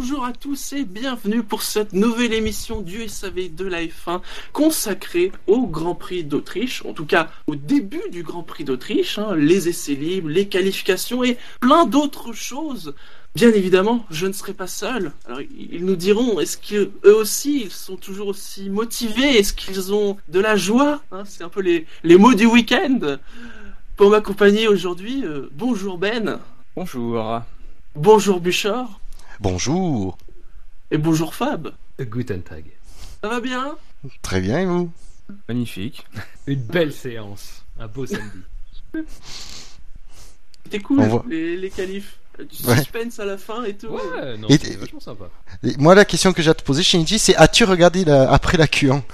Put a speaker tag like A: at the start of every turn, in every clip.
A: bonjour à tous et bienvenue pour cette nouvelle émission du SAV de la F1 consacrée au Grand Prix d'Autriche, en tout cas au début du Grand Prix d'Autriche, les essais libres, les qualifications et plein d'autres choses. Bien évidemment, je ne serai pas seul. Alors, ils nous diront, est-ce qu'eux aussi, ils sont toujours aussi motivés? Est-ce qu'ils ont de la joie? C'est un peu les mots du week-end. Pour m'accompagner aujourd'hui, bonjour Ben.
B: Bonjour.
A: Bonjour Bouchard.
C: Bonjour.
A: Et bonjour Fab.
D: Guten Tag.
A: Ça va bien?
C: Très bien, et vous?
B: Magnifique.
D: Une belle séance. Un beau samedi.
A: C'était cool,
C: voit...
A: les qualifs. Du suspense à la fin et tout.
D: Ouais, non,
C: et
D: c'est vachement sympa.
C: Et moi, la question que j'ai à te poser, Shinji, c'est as-tu regardé après la Q1?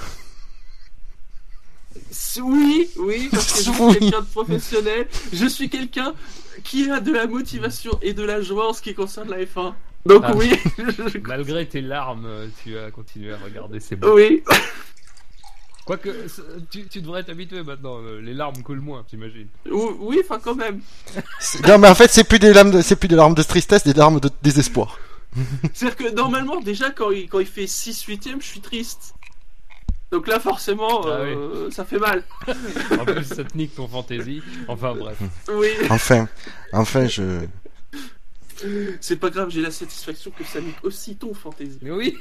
A: Oui, parce que je suis quelqu'un de professionnel. Je suis quelqu'un qui a de la motivation et de la joie en ce qui concerne la F1. Donc oui.
D: Malgré tes larmes, tu as continué à regarder ces beaux.
A: Oui.
D: Quoique, tu devrais t'habituer maintenant. Les larmes coulent moins, t'imagines.
A: Oui, enfin quand même.
C: Non, mais en fait, c'est plus des larmes de tristesse, des larmes de désespoir.
A: C'est-à-dire que normalement, déjà, quand il fait 6/8ème, je suis triste. Donc là, forcément, ça fait mal.
D: En plus, ça te nique ton fantaisie. Enfin, bref.
A: Oui.
C: Enfin, je...
A: C'est pas grave, j'ai la satisfaction que ça nique aussi ton fantaisie.
D: Mais oui.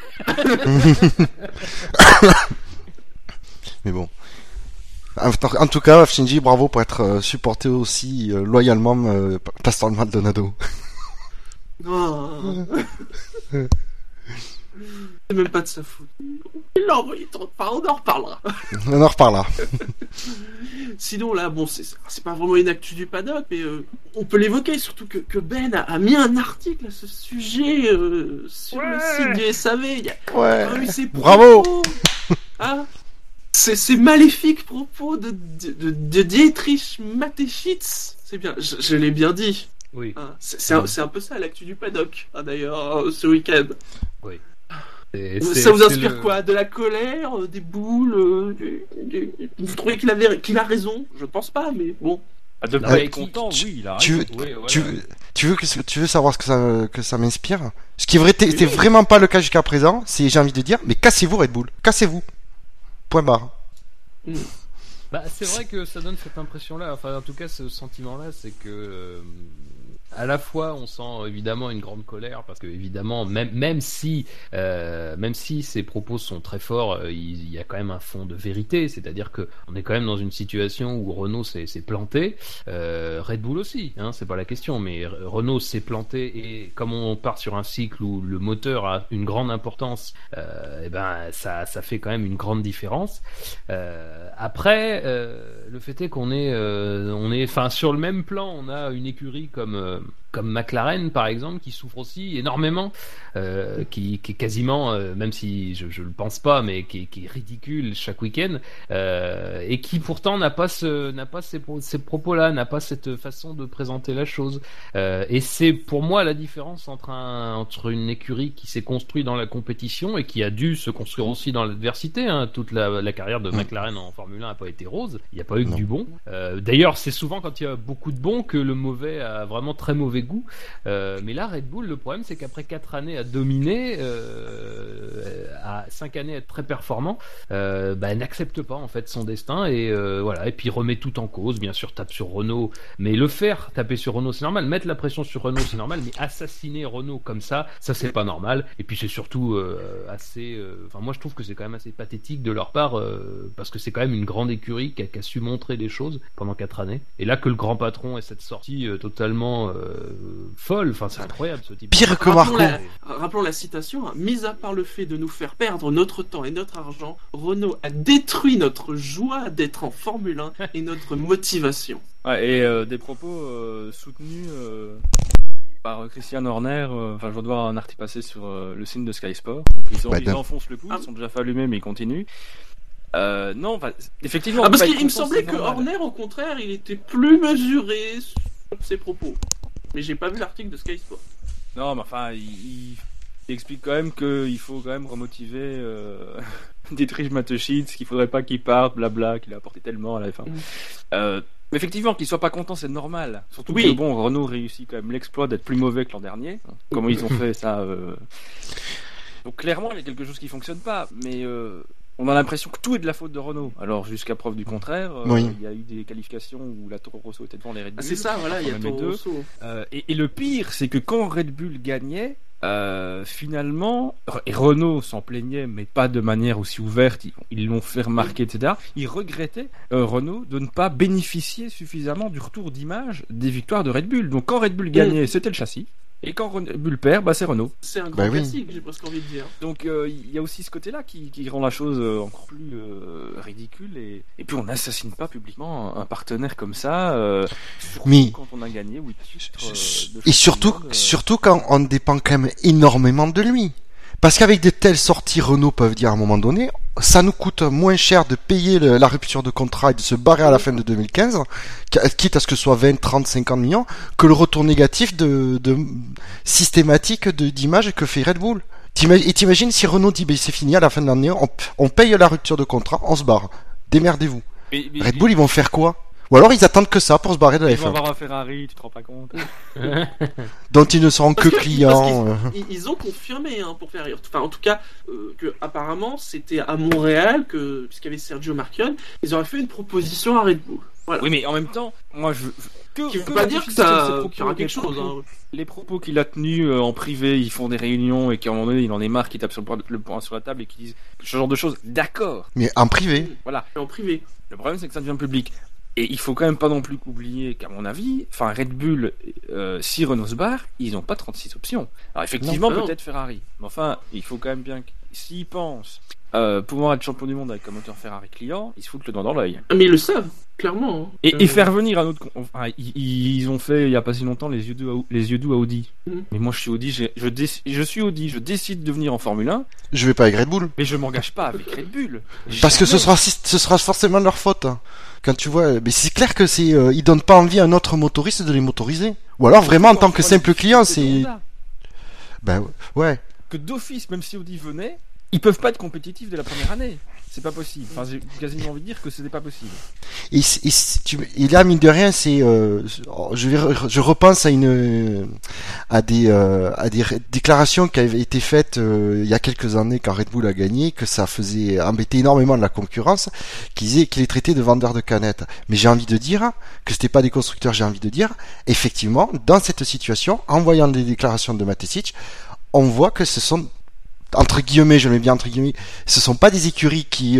C: Mais bon. En tout cas, Shinji, bravo pour être supporté aussi loyalement Pastor Maldonado.
A: Oh. C'est même pas de sa faute. Il l'a envoyé trop de part, on en reparlera.
C: On en reparlera.
A: Sinon là, bon, c'est pas vraiment une actu du paddock, mais on peut l'évoquer, surtout que Ben a mis un article à ce sujet sur le site du SAV.
C: Bravo.
A: Ces maléfiques propos de Dietrich Mateschitz. C'est bien, je l'ai bien dit.
D: Oui.
A: C'est un peu ça l'actu du paddock, d'ailleurs, ce week-end.
D: Oui.
A: Ça vous inspire quoi? De la colère, des boules, vous trouvez qu'il a raison? Je pense pas, mais bon.
B: De pas être content, oui, il a raison.
C: Tu veux savoir ce que ça m'inspire? Ce qui était vraiment pas le cas jusqu'à présent, c'est, j'ai envie de dire, mais cassez-vous Red Bull, cassez-vous. Point barre.
D: Bah, c'est vrai que ça donne cette impression-là, enfin en tout cas ce sentiment-là, c'est que à la fois on sent évidemment une grande colère parce que évidemment même si ces propos sont très forts, il y a quand même un fond de vérité, c'est-à-dire que on est quand même dans une situation où Renault s'est planté, Red Bull aussi, c'est pas la question, mais Renault s'est planté et comme on part sur un cycle où le moteur a une grande importance, et ben ça fait quand même une grande différence. Après, le fait est qu'on est, enfin sur le même plan, on a une écurie comme McLaren par exemple qui souffre aussi énormément, qui est quasiment, même si je le pense pas, mais qui est ridicule chaque week-end, et qui pourtant n'a pas ces propos-là, n'a pas cette façon de présenter la chose. Et c'est pour moi la différence entre une écurie qui s'est construite dans la compétition et qui a dû se construire aussi dans l'adversité. Toute la carrière de McLaren en Formule 1 n'a pas été rose. Il n'y a pas eu que du bon. D'ailleurs, c'est souvent quand il y a beaucoup de bon que le mauvais a vraiment très mauvais goût. Mais là, Red Bull, le problème, c'est qu'après 4 années à dominer, à 5 années à être très performant, n'accepte pas en fait son destin et voilà. Et puis remet tout en cause. Bien sûr, tape sur Renault, mais le faire taper sur Renault, c'est normal. Mettre la pression sur Renault, c'est normal. Mais assassiner Renault comme ça c'est pas normal. Et puis c'est surtout assez. Enfin, moi, je trouve que c'est quand même assez pathétique de leur part parce que c'est quand même une grande écurie qui a su montrer des choses pendant 4 années. Et là, que le grand patron ait cette sortie totalement folle, enfin c'est incroyable ce type.
C: Pire que Marco.
A: Rappelons la citation, mis à part le fait de nous faire perdre notre temps et notre argent, Renault a détruit notre joie d'être en Formule 1 et notre motivation.
B: Ouais, et des propos soutenus par Christian Horner, je dois voir un article passé sur le site de Sky Sport. Donc ils enfoncent le coup, ils sont déjà fait allumer mais ils continuent. Non, effectivement.
A: Parce qu'il me semblait que Horner, au contraire, il était plus mesuré sur ses propos. Mais j'ai pas vu l'article de Sky Sport.
B: Non, mais enfin, il explique quand même qu'il faut quand même remotiver Dietrich Mateschitz, qu'il faudrait pas qu'il parte, blabla, qu'il a apporté tellement à la fin. Mais effectivement, qu'ils soient pas contents, c'est normal. Surtout
A: Oui.
B: que bon, Renault réussit quand même l'exploit d'être plus mauvais que l'an dernier. Comment ils ont fait ça Donc clairement, il y a quelque chose qui fonctionne pas. Mais on a l'impression que tout est de la faute de Renault. Alors jusqu'à preuve du contraire,
C: Oui.
B: il y a eu des qualifications où la Toro Rosso était devant les Red Bull.
A: Ah, c'est ça, voilà, il y a
B: Même les
A: Toro
B: deux.
A: Rosso.
B: Et le pire, c'est que quand Red Bull gagnait, finalement, et Renault s'en plaignait, mais pas de manière aussi ouverte, ils l'ont fait remarquer, etc. Ils regrettaient, Renault, de ne pas bénéficier suffisamment du retour d'image des victoires de Red Bull. Donc quand Red Bull gagnait, c'était le châssis. Et quand Red Bull perd, bah, c'est Renault.
A: C'est un grand
C: Bah oui.
A: classique, j'ai presque envie de dire.
B: Donc il y a aussi ce côté-là qui rend la chose encore plus ridicule. Et puis on n'assassine pas publiquement un partenaire comme ça, surtout
C: Mais-
B: quand on a gagné 8 titres.
C: Et surtout quand on dépend quand même énormément de lui. Parce qu'avec de telles sorties, Renault peuvent dire à un moment donné, ça nous coûte moins cher de payer la rupture de contrat et de se barrer à la fin de 2015, quitte à ce que ce soit 20, 30, 50 millions, que le retour négatif systématique d'image que fait Red Bull. Et t'imagines si Renault dit, c'est fini, à la fin de l'année, on paye la rupture de contrat, on se barre. Démerdez-vous. Red Bull, ils vont faire quoi? Ou alors ils attendent que ça pour se barrer de la
B: Ils vont
C: F1,
B: avoir un Ferrari, tu te rends pas compte?
C: dont ils ne seront que
A: Parce
C: clients.
A: ils ont confirmé pour faire rire. Enfin, en tout cas, que apparemment c'était à Montréal que, puisqu'il y avait Sergio Marchionne, ils auraient fait une proposition à Red Bull. Voilà.
B: Oui, mais en même temps, moi
A: Qui veut pas dire que ça qu'il y aura quelque chose. Hein.
B: Les propos qu'il a tenus en privé, ils font des réunions et qu'à un moment donné, il en est marre, qu'il tape le poing sur la table et qu'ils disent ce genre de choses. D'accord.
C: Mais en privé.
B: Voilà.
A: Et en privé.
B: Le problème, c'est que ça devient public. Et il faut quand même pas non plus oublier qu'à mon avis, enfin Red Bull, si Renault se barre, ils n'ont pas 36 options. Alors effectivement,
A: Non.
B: peut-être Ferrari. Mais enfin, il faut quand même bien que s'ils pensent pouvoir être champion du monde avec un moteur Ferrari client, ils se foutent le doigt dans l'œil.
A: Mais ils le savent, clairement. Hein.
B: Et faire venir un autre. Enfin, ils ont fait il y a pas si longtemps les yeux doux à Audi.
A: Mhm.
B: Mais moi je suis Audi, je suis Audi, je décide de venir en Formule 1,
C: Je vais pas avec Red Bull.
B: mais je m'engage pas avec Red Bull.
C: Parce que ce
B: Jamais.
C: sera forcément leur faute. Hein. Quand tu vois, mais c'est clair que ils donnent pas envie à un autre motoriste de les motoriser. Ou alors vraiment en tant que simple client, c'est, ben ouais.
B: Que d'office, même si Audi venait, ils peuvent pas être compétitifs dès la première année. C'est pas possible. Enfin, j'ai quasiment envie de dire que c'était pas possible.
C: Et là, mine de rien, c'est, je repense à des déclarations qui avaient été faites il y a quelques années quand Red Bull a gagné, que ça faisait embêter énormément de la concurrence, qu'il les traitait de vendeurs de canettes. Mais j'ai envie de dire que c'était pas des constructeurs. J'ai envie de dire, effectivement, dans cette situation, en voyant les déclarations de Matesic, on voit que ce sont, entre guillemets, je le mets bien entre guillemets, ce sont pas des écuries qui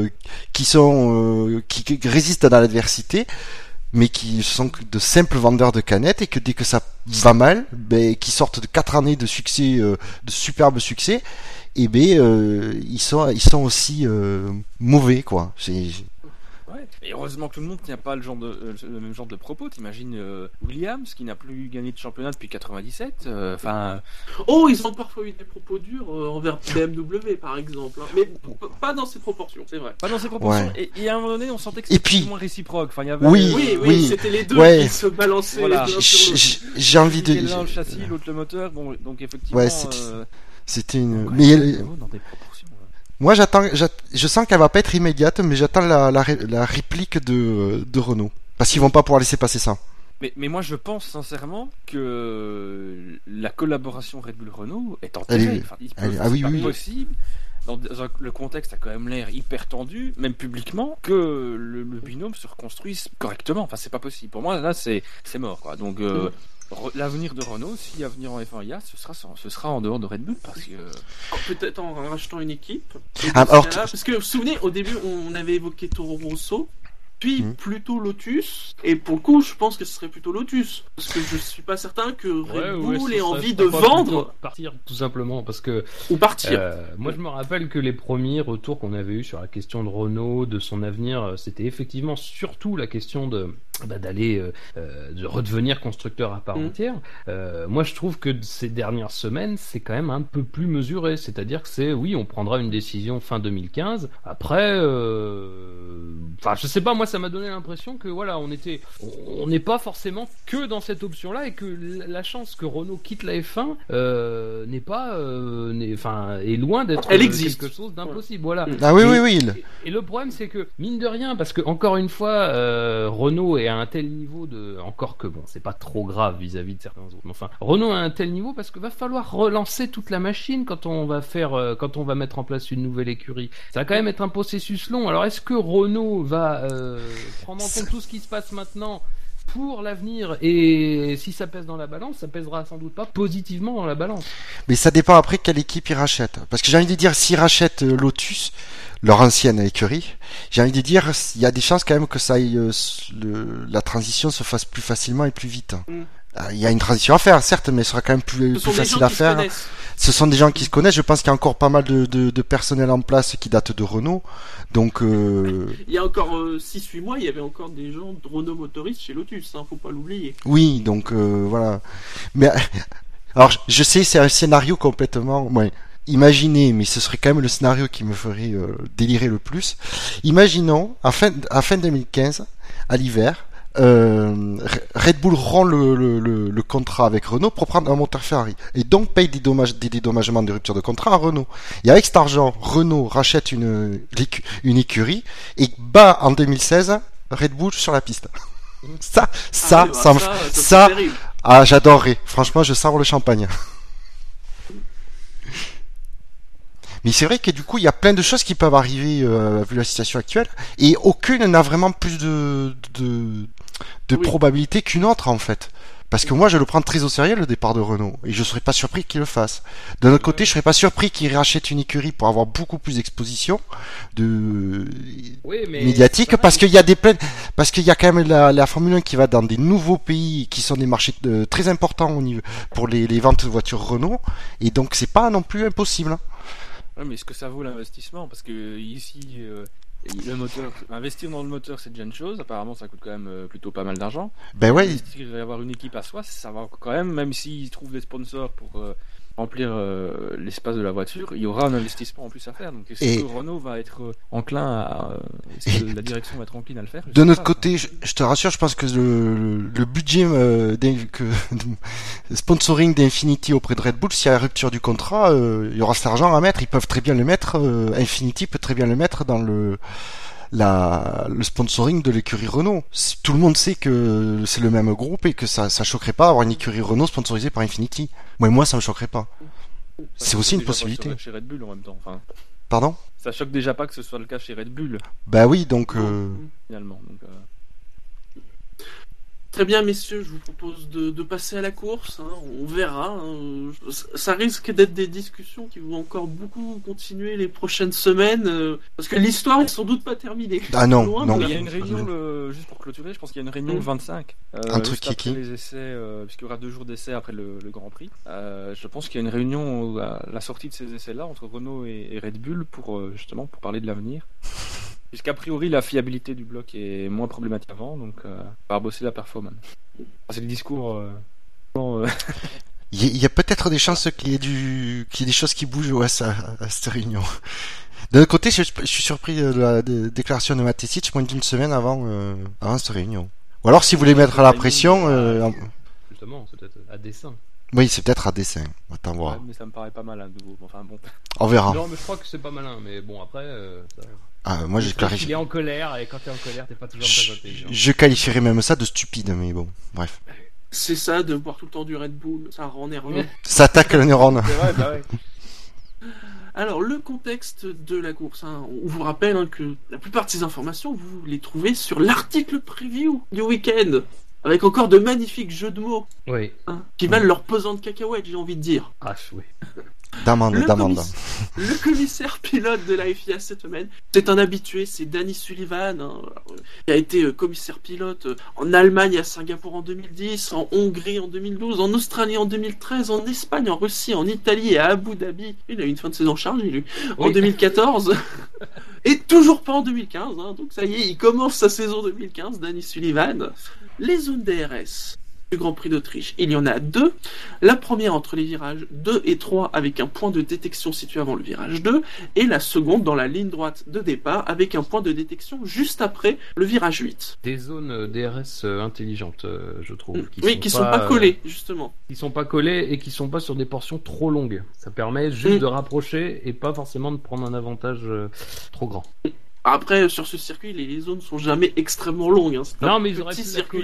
C: résistent dans l'adversité, mais qui sont de simples vendeurs de canettes, et que dès que ça va mal, qui sortent de 4 années de succès, de superbes succès, et ils sont aussi mauvais, quoi.
B: Ouais. Et heureusement que tout le monde tient pas le même genre de propos. T'imagines Williams qui n'a plus gagné de championnat depuis 97. Enfin.
A: Oh, ils ont parfois eu des propos durs envers BMW, par exemple. Hein. Mais pas dans ces proportions, c'est vrai.
B: Pas dans ces proportions.
C: Ouais.
B: Et à un moment donné, on sentait que
C: Et
B: c'était
C: puis-
B: plus ou moins réciproque. Enfin, il y avait.
C: Oui.
A: C'était les deux
C: Ouais.
A: qui se balançaient
B: Voilà.
A: l'un sur l'autre.
C: J'ai envie de.
B: L'un le châssis, l'autre le moteur. Bon, donc effectivement.
C: Ouais, c'était une.
B: encore
C: Mais
B: dans des proportions.
C: moi, je sens qu'elle va pas être immédiate, mais j'attends la réplique de Renault, parce qu'ils vont pas pouvoir laisser passer ça.
B: Mais moi je pense sincèrement que la collaboration Red Bull-Renault est
C: Elle est-
B: enterrée. Enfin,
C: elle est-
B: c'est
C: oui,
B: pas
C: oui.
B: possible. Le contexte a quand même l'air hyper tendu, même publiquement, que le binôme se reconstruise correctement. Enfin, c'est pas possible. Pour moi, là, c'est mort, quoi. Donc, l'avenir de Renault, s'il y a venir en F1 IA, ce sera en dehors de Red Bull, parce que.
A: Peut-être en rachetant une équipe. Et
C: Ah,
A: dans ce
C: alors,
A: cas-là, parce que vous vous souvenez, au début, on avait évoqué Toro Rosso, puis plutôt Lotus, et pour le coup, je pense que ce serait plutôt Lotus, parce que je suis pas certain que Red Bull ait envie de vendre
D: partir tout simplement parce que
A: ou partir.
D: moi je me rappelle que les premiers retours qu'on avait eu sur la question de Renault, de son avenir, c'était effectivement surtout la question d'aller de redevenir constructeur à part entière. Moi je trouve que ces dernières semaines c'est quand même un peu plus mesuré, c'est-à-dire que oui, on prendra une décision fin 2015. Après enfin je sais pas, moi ça m'a donné l'impression que voilà, on n'est pas forcément que dans cette option-là, et que la chance que Renault quitte la F1 est loin d'être
A: Elle existe.
D: quelque chose d'impossible. Voilà.
C: Ah oui.
D: Et le problème, c'est que, mine de rien, parce que, encore une fois, Renault est à un tel niveau de, encore que bon, c'est pas trop grave vis-à-vis de certains autres. Mais enfin, Renault à un tel niveau parce que va falloir relancer toute la machine quand on va mettre en place une nouvelle écurie. Ça va quand même être un processus long. Alors est-ce que Renault va prendre en compte tout ce qui se passe maintenant pour l'avenir, et si ça pèse dans la balance, ça pèsera sans doute pas positivement dans la balance.
C: Mais ça dépend après quelle équipe ils rachètent. Parce que j'ai envie de dire, s'ils rachètent Lotus, leur ancienne écurie, j'ai envie de dire, il y a des chances quand même que ça aille, la transition se fasse plus facilement et plus vite. Il y a une transition à faire, certes, mais ce sera quand même plus facile à faire. Ce sont des gens qui se connaissent. Je pense qu'il y a encore pas mal de personnel en place qui datent de Renault. Donc,
A: il y a encore 6-8 mois, il y avait encore des gens de Renault motoristes chez Lotus, faut pas l'oublier.
C: Oui, donc voilà. Mais alors, je sais, c'est un scénario complètement. Ouais, imaginez, mais ce serait quand même le scénario qui me ferait délirer le plus. Imaginons à fin 2015, à l'hiver. Red Bull rend le contrat avec Renault pour prendre un moteur Ferrari et donc paye des dédommagements de rupture de contrat à Renault. Et avec cet argent, Renault rachète une écurie et bat en 2016 Red Bull sur la piste. Ça, j'adorerais. Franchement, je savoure le champagne. Mais c'est vrai que du coup, il y a plein de choses qui peuvent arriver vu la situation actuelle, et aucune n'a vraiment plus de probabilité qu'une autre en fait. Parce que moi, je le prends très au sérieux le départ de Renault, et je serais pas surpris qu'il le fasse. D'un autre côté, je serais pas surpris qu'il rachète une écurie pour avoir beaucoup plus d'exposition médiatique, parce qu'il y a parce qu'il y a quand même la Formule 1 qui va dans des nouveaux pays qui sont des marchés très importants au niveau pour les ventes de voitures Renault, et donc c'est pas non plus impossible.
B: Ouais, mais est-ce que ça vaut l'investissement? Parce que ici, le moteur, investir dans le moteur, c'est déjà une chose. Apparemment, ça coûte quand même plutôt pas mal d'argent.
C: Ben ouais.
B: Investir et avoir une équipe à soi, ça va quand même s'ils trouvent des sponsors pour remplir l'espace de la voiture, il y aura un investissement en plus à faire. Donc est-ce que Renault va être enclin est-ce que la direction va être encline à le faire?
C: De notre côté, je te rassure, je pense que le budget sponsoring d'Infinity auprès de Red Bull, s'il y a la rupture du contrat, il y aura cet argent à mettre. Ils peuvent très bien le mettre. Infinity peut très bien le mettre dans le sponsoring de l'écurie Renault. Tout le monde sait que c'est le même groupe et que ça choquerait pas avoir une écurie Renault sponsorisée par Infinity. Moi, ça me choquerait pas. C'est aussi une possibilité.
B: Chez Red Bull en même temps. Enfin,
C: pardon ?
B: Ça choque déjà pas que ce soit le cas chez Red Bull.
C: Bah oui, donc.
B: Finalement. Donc,
A: Très bien, messieurs, je vous propose de passer à la course. On verra. Ça risque d'être des discussions qui vont encore beaucoup continuer les prochaines semaines, parce que l'histoire est sans doute pas terminée.
C: Ah non, non.
B: Il y a une réunion, juste pour clôturer, je pense qu'il y a une réunion le 25.
C: Un truc qui
B: les essais, puisqu'il y aura 2 jours d'essais après le Grand Prix. Je pense qu'il y a une réunion à la sortie de ces essais-là entre Renault et Red Bull justement pour parler de l'avenir. Puisqu'a priori, la fiabilité du bloc est moins problématique qu'avant, donc par bosser la performance. C'est le discours.
C: Il y a peut-être des chances qu'il y ait des choses qui bougent à cette réunion. D'un autre côté, je suis surpris de la déclaration de Matesic moins d'une semaine avant cette réunion. Ou alors, si vous voulez mettre à la pression.
D: Justement, c'est peut-être à dessein.
C: Oui, c'est peut-être à dessein. Attends voir.
B: Ouais, mais ça me paraît pas mal à nouveau. Enfin bon.
C: On verra.
D: Non, mais je crois que c'est pas malin. Mais bon, après.
C: Moi, j'ai clarifié.
D: Il est en colère, et quand t'es en colère, t'es pas toujours très intelligent.
C: Je qualifierais même ça de stupide, mais bon, bref.
A: C'est ça, de boire tout le temps du Red Bull, ça rend nerveux.
C: Ça attaque le neurone.
B: C'est vrai, bah ouais.
A: Alors, le contexte de la course, on vous rappelle que la plupart de ces informations, vous les trouvez sur l'article preview du week-end, avec encore de magnifiques jeux de mots, qui valent leur pesant de cacahuètes, j'ai envie de dire.
D: Ah, oui.
C: D'amende.
A: Le commissaire pilote de la FIA cette semaine, c'est un habitué, c'est Danny Sullivan, qui a été commissaire pilote en Allemagne, à Singapour en 2010, en Hongrie en 2012, en Australie en 2013, en Espagne, en Russie, en Italie et à Abu Dhabi. Il a eu une fin de saison chargée, lui, en 2014. Et toujours pas en 2015, donc ça y est, il commence sa saison 2015, Danny Sullivan. Les zones DRS du Grand Prix d'Autriche, il y en a 2. La première entre les virages 2 et 3 avec un point de détection situé avant le virage 2, et la seconde dans la ligne droite de départ avec un point de détection juste après le virage 8.
D: Des zones DRS intelligentes, je trouve.
A: Qui sont pas collées, justement.
D: Qui sont pas collées et qui sont pas sur des portions trop longues. Ça permet juste de rapprocher et pas forcément de prendre un avantage trop grand.
A: Après, sur ce circuit, les zones sont jamais extrêmement longues. Hein.
D: Non, mais ils auraient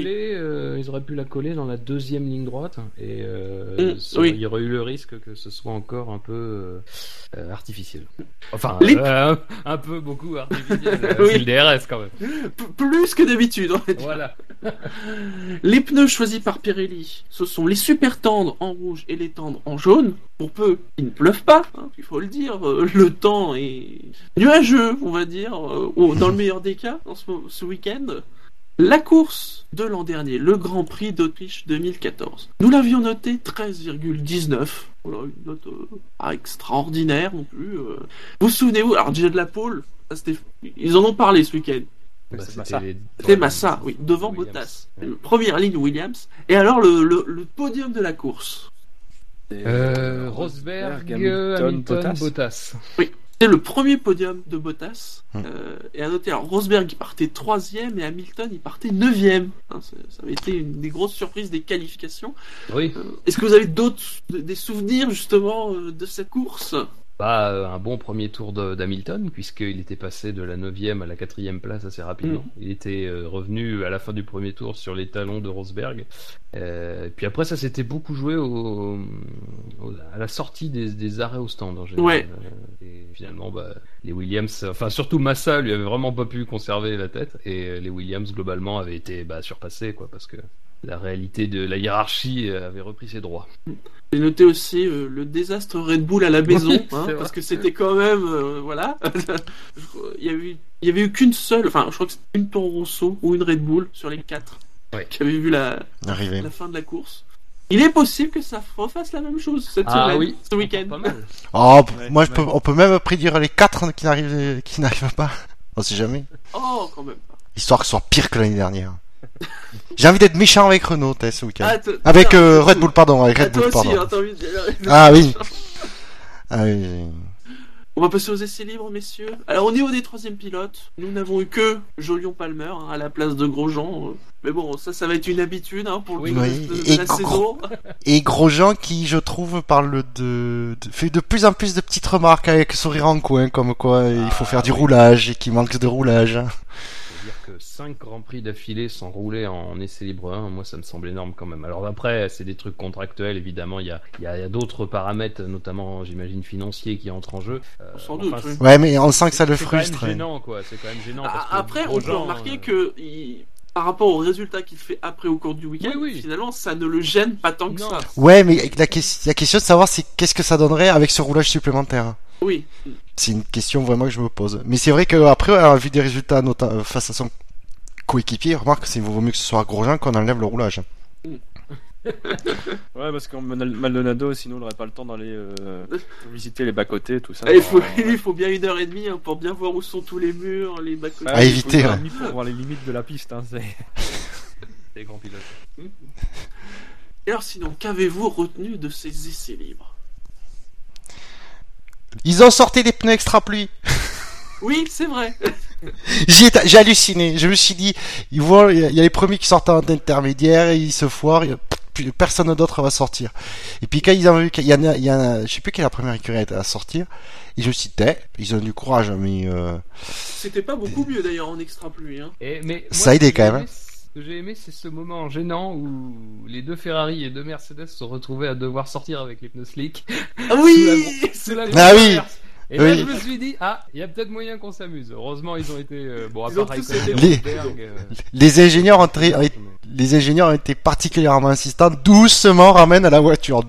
D: pu la coller dans la deuxième ligne droite, et il y aurait eu le risque que ce soit encore un peu artificiel. Enfin, un peu beaucoup artificiel. C'est le DRS quand même.
A: Plus que d'habitude, en fait.
D: Voilà.
A: Les pneus choisis par Pirelli, ce sont les super tendres en rouge et les tendres en jaune. Pour peu qu'ils ne pleuvent pas, hein, il faut le dire. Le temps est nuageux, on va dire, dans le meilleur des cas, ce week-end. La course de l'an dernier, le Grand Prix d'Autriche 2014. Nous l'avions noté 13,19. Voilà, une note pas extraordinaire non plus. Vous souvenez-vous, alors déjà de la pole, ils en ont parlé ce week-end. C'était Massa, oui, devant Williams. Bottas. Première ligne Williams. Et alors le podium de la course.
D: Rosberg, Hamilton, Bottas.
A: Oui, c'est le premier podium de Bottas. Et à noter, alors Rosberg il partait 3e et Hamilton il partait 9e. Hein, ça avait été une des grosses surprises des qualifications.
D: Oui.
A: Est-ce que vous avez des souvenirs justement de cette course ?
D: Un bon premier tour d'Hamilton, puisqu'il était passé de la 9e à la 4e place assez rapidement. Il était revenu à la fin du premier tour sur les talons de Rosberg. Puis après, ça s'était beaucoup joué à la sortie des arrêts au stand en général.
A: Ouais.
D: Et finalement, les Williams, enfin surtout Massa, lui avait vraiment pas pu conserver la tête, et les Williams globalement avaient été surpassés, quoi, parce que la réalité de la hiérarchie avait repris ses droits.
A: J'ai noté aussi le désastre Red Bull à la maison, parce que c'était quand même, voilà. Il y avait eu qu'une seule, enfin, je crois que c'était une Toro Rosso ou une Red Bull sur les 4 qui avait vu la fin de la course. Il est possible que ça refasse la même chose cette semaine, ce week-end.
D: Pas mal.
C: On peut même prédire les 4 qui n'arrivent pas. On sait jamais.
A: Oh, quand même pas.
C: Histoire que ce soit pire que l'année dernière. J'ai envie d'être méchant avec Renault ce week-end.
A: Avec
C: Red Bull, pardon. Avec Red Bull, pardon. Ah oui.
A: On va passer aux essais libres, messieurs. Alors, au niveau des 3e pilotes, nous n'avons eu que Jolion Palmer à la place de Grosjean. Mais bon, ça va être une habitude pour le de la saison.
C: Et Grosjean qui, je trouve, fait de plus en plus de petites remarques avec sourire en coin, comme quoi il faut faire du roulage et qu'il manque de roulage.
D: Dire que 5 Grands Prix d'affilée sans rouler en essai libre 1, moi ça me semble énorme quand même. Alors après, c'est des trucs contractuels, évidemment, il y a d'autres paramètres, notamment j'imagine financiers, qui entrent en jeu.
A: Sans doute, oui.
C: Ouais, mais on sent que ça le frustre.
D: C'est quand même gênant, quoi. C'est quand même gênant.
A: Après, on peut remarquer que par rapport au résultat qu'il fait après au cours du week-end, finalement, ça ne le gêne pas tant que ça.
C: Ouais, mais la question de savoir c'est qu'est-ce que ça donnerait avec ce roulage supplémentaire.
A: Oui.
C: C'est une question vraiment que je me pose. Mais c'est vrai qu'après, avoir vu des résultats face à son coéquipier, remarque que c'est vaut mieux que ce soit Grosjean qu'on enlève le roulage.
B: Ouais, parce qu'en Maldonado, sinon on n'aurait pas le temps d'aller visiter les bas-côtés, tout ça.
A: Il faut bien 1h30 pour bien voir où sont tous les murs, les bas-côtés.
C: À éviter.
B: Pour voir les limites de la piste.
D: C'est grand pilote.
A: Et alors sinon, qu'avez-vous retenu de ces essais libres ?
C: Ils ont sorti des pneus extra pluie.
A: Oui, c'est vrai.
C: J'ai halluciné. Je me suis dit, il y a les premiers qui sortent en intermédiaire, ils se foirent, personne d'autre va sortir. Et puis quand ils ont vu qu'il y en a, je sais plus quelle est la première écurie à sortir, et je me suis dit, ils ont du courage, mais
A: c'était pas beaucoup mieux d'ailleurs en extra pluie.
D: Mais
C: ça a aidé quand même.
D: Ce que j'ai aimé, c'est ce moment gênant où les 2 Ferrari et 2 Mercedes se sont retrouvés à devoir sortir avec les pneus slick.
A: Ah oui,
D: sous la
C: oui.
D: Et là, je me suis dit, il y a peut-être moyen qu'on s'amuse. Heureusement, ils ont été
C: les ingénieurs ont été particulièrement insistants. Doucement ramène la voiture.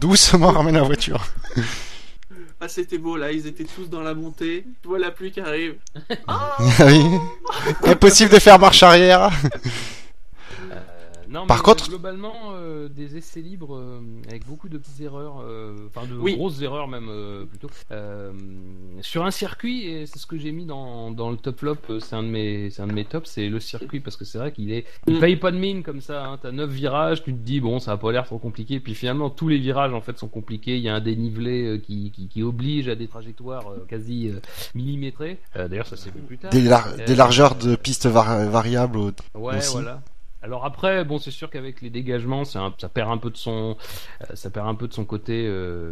A: Ah, c'était beau là, ils étaient tous dans la montée. Tu vois la pluie qui arrive.
C: Oui. Impossible de faire marche arrière.
D: Non,
C: Par
D: mais
C: contre,
D: globalement, des essais libres avec beaucoup de petites erreurs, grosses erreurs même plutôt. Sur un circuit, et c'est ce que j'ai mis dans le top flop, c'est un de mes tops, c'est le circuit, parce que c'est vrai il paye pas de mine comme ça. T'as 9 virages, tu te dis bon, ça a pas l'air trop compliqué, puis finalement tous les virages en fait sont compliqués. Il y a un dénivelé qui oblige à des trajectoires quasi millimétrées. D'ailleurs, ça s'est vu plus tard.
C: Des largeurs de pistes variables.
D: Ouais,
C: aussi.
D: voilà. Alors après, bon, c'est sûr qu'avec les dégagements, ça perd un peu de son côté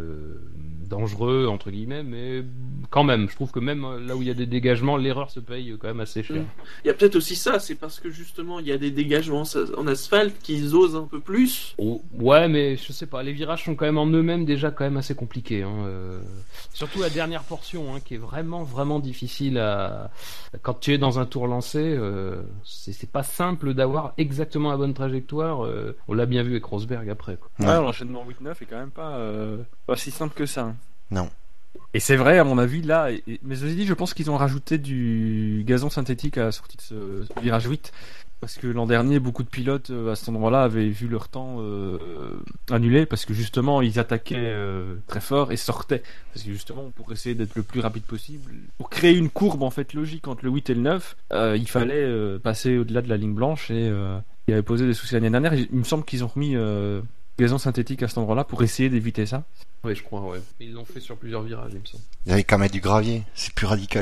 D: dangereux entre guillemets, mais quand même, je trouve que même là où il y a des dégagements, l'erreur se paye quand même assez cher.
A: Il y a peut-être aussi ça, c'est parce que justement il y a des dégagements en asphalte qu'ils osent un peu plus.
D: Oh, ouais, mais je sais pas, les virages sont quand même en eux-mêmes déjà quand même assez compliqués. Surtout la dernière portion, qui est vraiment vraiment difficile quand tu es dans un tour lancé. C'est pas simple d'avoir exactement la bonne trajectoire. On l'a bien vu avec Rosberg après. Quoi.
B: Ouais, l'enchaînement 8-9 est quand même pas si simple que ça.
C: Non.
B: Et c'est vrai, à mon avis, là, mais je dis, je pense qu'ils ont rajouté du gazon synthétique à la sortie de ce virage 8. Parce que l'an dernier, beaucoup de pilotes à cet endroit-là avaient vu leur temps annulé parce que justement ils attaquaient très fort et sortaient. Parce que justement, pour essayer d'être le plus rapide possible, pour créer une courbe en fait logique entre le 8 et le 9, il fallait passer au-delà de la ligne blanche et il avait posé des soucis l'année dernière. Il me semble qu'ils ont remis gazon synthétique à cet endroit-là pour essayer d'éviter ça.
D: Oui, je crois, ouais. Ils l'ont fait sur plusieurs virages, il me semble.
C: Il y avait qu'à mettre du gravier, c'est plus radical.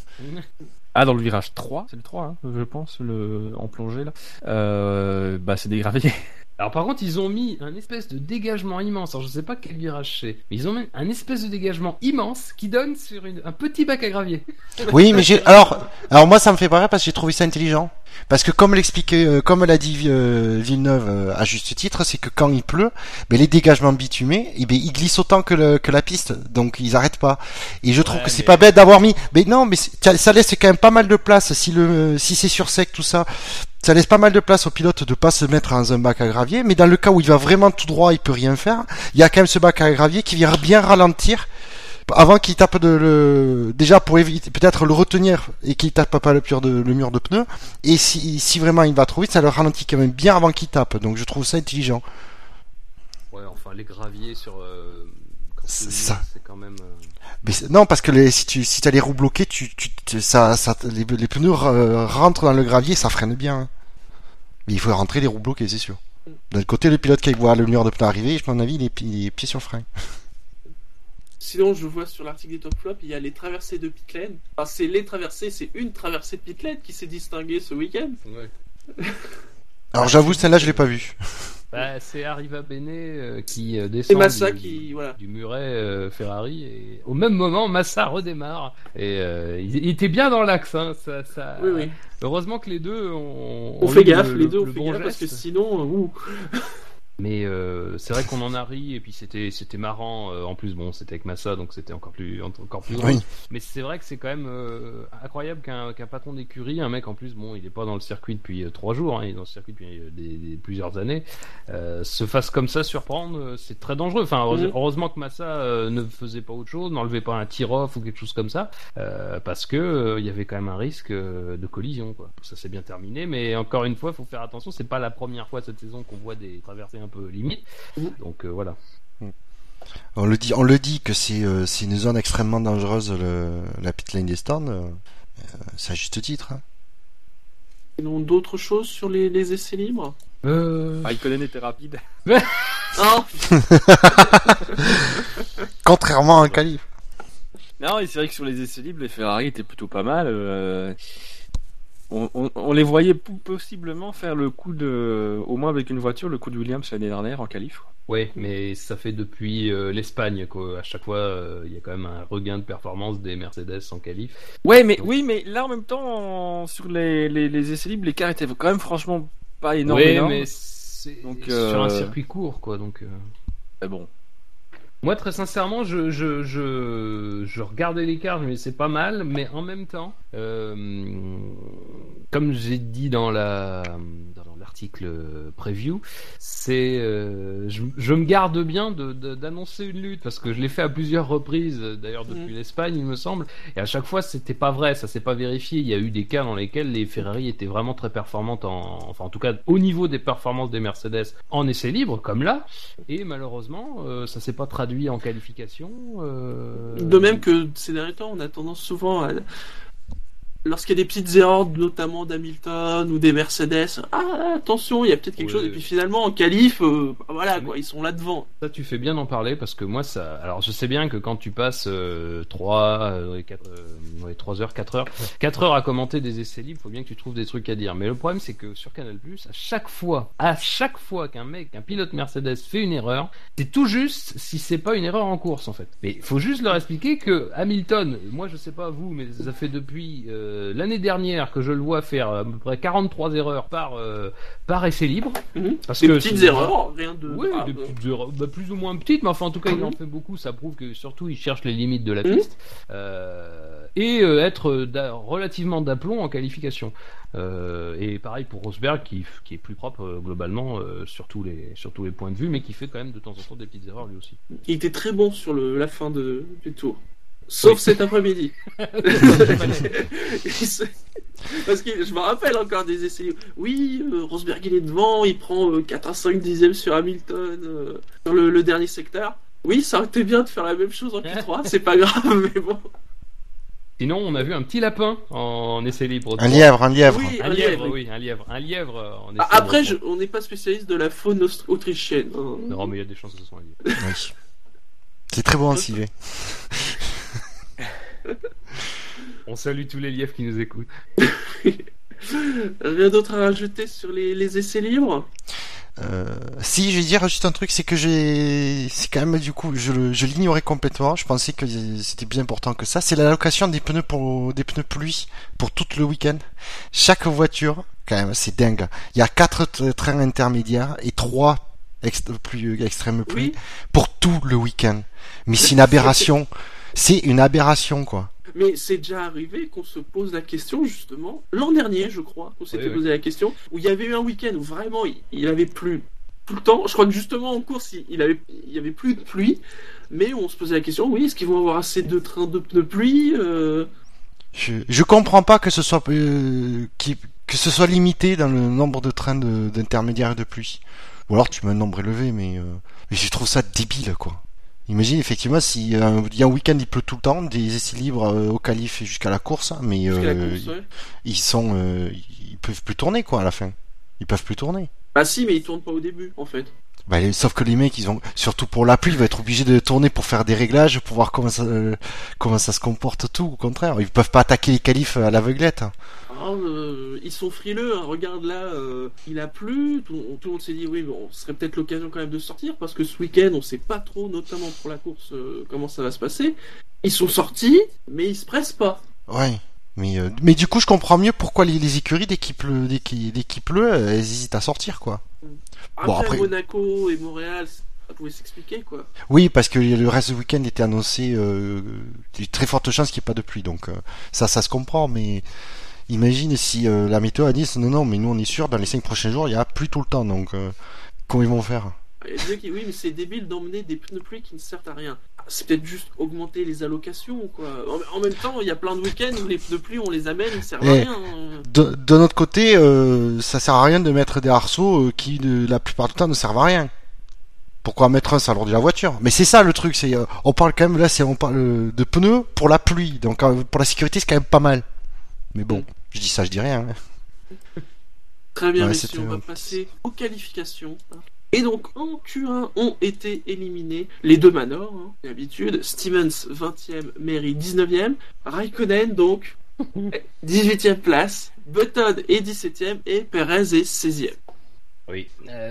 B: Ah, dans le virage 3, c'est le 3, je pense, en plongée, là. C'est des graviers.
D: Alors par contre, ils ont mis un espèce de dégagement immense. Alors je sais pas quel virage c'est, mais ils ont mis un espèce de dégagement immense qui donne sur un petit bac à gravier.
C: Oui, mais alors moi ça me fait pas rire parce que j'ai trouvé ça intelligent. Parce que comme l'expliquait, comme l'a dit Villeneuve à juste titre, c'est que quand il pleut, les dégagements bitumés, ils glissent autant que la piste, donc ils arrêtent pas. Et je trouve que c'est pas bête d'avoir mis. Mais non, mais ça laisse quand même pas mal de place si c'est sur sec tout ça. Ça laisse pas mal de place au pilote de pas se mettre dans un bac à gravier, mais dans le cas où il va vraiment tout droit, il peut rien faire. Il y a quand même ce bac à gravier qui vient bien ralentir avant qu'il tape déjà pour éviter peut-être le retenir et qu'il tape pas le mur de pneus. Et si vraiment il va trop vite, ça le ralentit quand même bien avant qu'il tape. Donc je trouve ça intelligent.
D: Ouais, enfin les graviers sur
C: ça.
D: C'est quand même.
C: Mais non, parce que si t'as les roues bloquées, les pneus rentrent dans le gravier, ça freine bien. Hein. Mais il faut rentrer les roues bloquées, c'est sûr. D'un côté, le pilote qui voit le mur de pneus arriver, à mon avis, il est pied sur le frein.
A: Sinon, je vois sur l'article des Top Flop, il y a les traversées de pit lane. Enfin, c'est une traversée de pit lane qui s'est distinguée ce week-end.
D: Ouais.
C: Alors j'avoue, celle-là, je l'ai pas vue.
D: C'est Arriva Bene qui descend
A: Massa
D: du muret Ferrari et au même moment Massa redémarre et il était bien dans l'axe. Hein, ça...
A: Oui.
D: Heureusement que les deux ont
A: fait gaffe, les deux ont
D: le
A: fait
D: bon
A: gaffe
D: geste.
A: parce que sinon,
D: Mais c'est vrai qu'on en a ri et puis c'était marrant. En plus, bon, c'était avec Massa, donc c'était encore plus drôle.
C: Oui.
D: Mais c'est vrai que c'est quand même incroyable qu'un patron d'écurie, un mec en plus, bon, il est pas dans le circuit depuis 3 jours, il est dans le circuit depuis plusieurs années, se fasse comme ça surprendre, c'est très dangereux. Enfin, heureusement que Massa ne faisait pas autre chose, n'enlevait pas un tir-off ou quelque chose comme ça, parce que il y avait quand même un risque de collision, quoi. Ça s'est bien terminé, mais encore une fois, il faut faire attention. C'est pas la première fois cette saison qu'on voit des traversées un peu limite. Donc voilà.
C: On le dit que c'est une zone extrêmement dangereuse, la pit lane des stands. C'est à juste titre. Hein.
A: Sinon, d'autres choses sur les essais libres
B: Raikkonen était rapide.
A: Oh
C: Contrairement à un qualif.
B: Non, et c'est vrai que sur les essais libres, les Ferrari étaient plutôt pas mal. On les voyait possiblement faire le coup au moins avec une voiture, le coup de Williams l'année dernière en qualif.
D: Oui, mais ça fait depuis l'Espagne quoi. À chaque fois, il y a quand même un regain de performance des Mercedes en qualif.
B: Oui, mais là en même temps, sur les essais libres, l'écart était quand même franchement pas énorme.
D: Oui, mais c'est sur un circuit court, quoi. Donc.
B: Mais bon.
D: Moi, très sincèrement, je regardais l'écart, je me disais c'est pas mal, mais en même temps, comme j'ai dit dans l'article preview, c'est je me garde bien d'annoncer une lutte parce que je l'ai fait à plusieurs reprises, d'ailleurs depuis l'Espagne, il me semble, et à chaque fois c'était pas vrai, ça s'est pas vérifié. Il y a eu des cas dans lesquels les Ferrari étaient vraiment très performantes, en tout cas au niveau des performances des Mercedes en essai libre, comme là, et malheureusement ça s'est pas traduit en qualification.
A: De même que ces derniers temps, on a tendance souvent lorsqu'il y a des petites erreurs, notamment d'Hamilton ou des Mercedes, attention, il y a peut-être quelque chose. Et puis finalement, en qualif, voilà, quoi, ils sont là devant.
D: Ça, tu fais bien d'en parler parce que moi, ça. Alors, je sais bien que quand tu passes 3 heures, 4 heures, 4 heures à commenter des essais libres, faut bien que tu trouves des trucs à dire. Mais le problème, c'est que sur Canal+, à chaque fois qu'un pilote Mercedes fait une erreur, c'est tout juste si c'est pas une erreur en course, en fait. Mais il faut juste leur expliquer que Hamilton, moi, je sais pas vous, mais ça fait depuis l'année dernière que je le vois faire à peu près 43 erreurs par essai libre.
A: Parce des petites erreurs, rien de.
D: Oui, des petites erreurs, plus ou moins petites, mais enfin en tout cas il en fait beaucoup. Ça prouve que surtout il cherche les limites de la piste et être relativement d'aplomb en qualification. Et pareil pour Rosberg qui est plus propre globalement sur tous les points de vue, mais qui fait quand même de temps en temps des petites erreurs lui aussi.
A: Il était très bon sur la fin du tour. Sauf cet après-midi. Parce que je me rappelle encore des essais. Oui, Rosberg il est devant, il prend 4 à 5 dixièmes sur Hamilton sur le dernier secteur. Oui, ça aurait été bien de faire la même chose en Q3, c'est pas grave, mais bon.
D: Sinon, on a vu un petit lapin en essai libre.
C: Un lièvre.
D: Oui, un lièvre en essai libre.
A: Après, on n'est pas spécialiste de la faune autrichienne. Hein.
D: Non, mais il y a des chances que ce soit un lièvre.
C: Oui. C'est très bon en civet.
D: On salue tous les lièvres qui nous écoutent.
A: Rien d'autre à rajouter sur les essais libres?
C: Si, je vais dire juste un truc, c'est que c'est quand même, du coup, je l'ignorais complètement. Je pensais que c'était bien important que ça. C'est l'allocation des pneus des pneus pluie pour tout le week-end. Chaque voiture, quand même, c'est dingue. Il y a 4 trains intermédiaires et 3 extrême pluie pour tout le week-end. Mais c'est une aberration. C'est une aberration, quoi.
A: Mais c'est déjà arrivé qu'on se pose la question, justement, l'an dernier, je crois, qu'on s'était posé la question, où il y avait eu un week-end où vraiment il avait plu tout le temps. Je crois que justement en course, il y avait plus de pluie, mais on se posait la question, oui, est-ce qu'ils vont avoir assez de trains de pluie
C: Je comprends pas que ce soit limité dans le nombre de trains d'intermédiaires et de pluie. Ou alors tu mets un nombre élevé, mais je trouve ça débile, quoi. Imagine effectivement s'il y a un week-end il pleut tout le temps, des essais libres au qualif et jusqu'à la course, mais ils peuvent plus tourner, quoi, à la fin. Ils peuvent plus tourner.
A: Bah si, mais ils tournent pas au début en fait.
C: Bah, sauf que les mecs, surtout pour la pluie, ils vont être obligés de tourner pour faire des réglages, pour voir comment ça se comporte tout. Au contraire, ils peuvent pas attaquer les qualifs à l'aveuglette.
A: Ils sont frileux, hein. Regarde là, il a plu, tout le monde s'est dit oui, bon, ce serait peut-être l'occasion quand même de sortir, parce que ce week-end on sait pas trop, notamment pour la course, comment ça va se passer. Ils sont sortis, mais ils se pressent pas.
C: Ouais, mais du coup je comprends mieux pourquoi les écuries dès qu'il pleut, elles hésitent à sortir, quoi.
A: Après Monaco et Montréal, ça pouvait s'expliquer, quoi.
C: Oui, parce que le reste du week-end était annoncé, il y a de très fortes chances qu'il n'y ait pas de pluie, donc ça se comprend, mais imagine si la météo a dit non, mais nous on est sûr, dans les 5 prochains jours il y a pluie tout le temps, donc comment ils vont faire?
A: Oui, mais c'est débile d'emmener des pneus pluie qui ne servent à rien. C'est peut-être juste augmenter les allocations, quoi. En même temps, il y a plein de week-ends où les pneus pluie on les amène, ils servent à rien.
C: De notre côté, ça sert à rien de mettre des arceaux qui la plupart du temps ne servent à rien. Pourquoi mettre un, ça alourdit la voiture? Mais c'est ça le truc, c'est on parle quand même là, on parle de pneus pour la pluie, donc pour la sécurité c'est quand même pas mal. Mais bon, je dis ça, je dis rien.
A: Très bien, messieurs, on va passer aux qualifications. Et donc, en Q1 ont été éliminés les 2 Manor, d'habitude. Stevens, 20e, Mary, 19e. Raikkonen, donc, 18e place. Button est 17e et Perez est 16e.
D: Oui.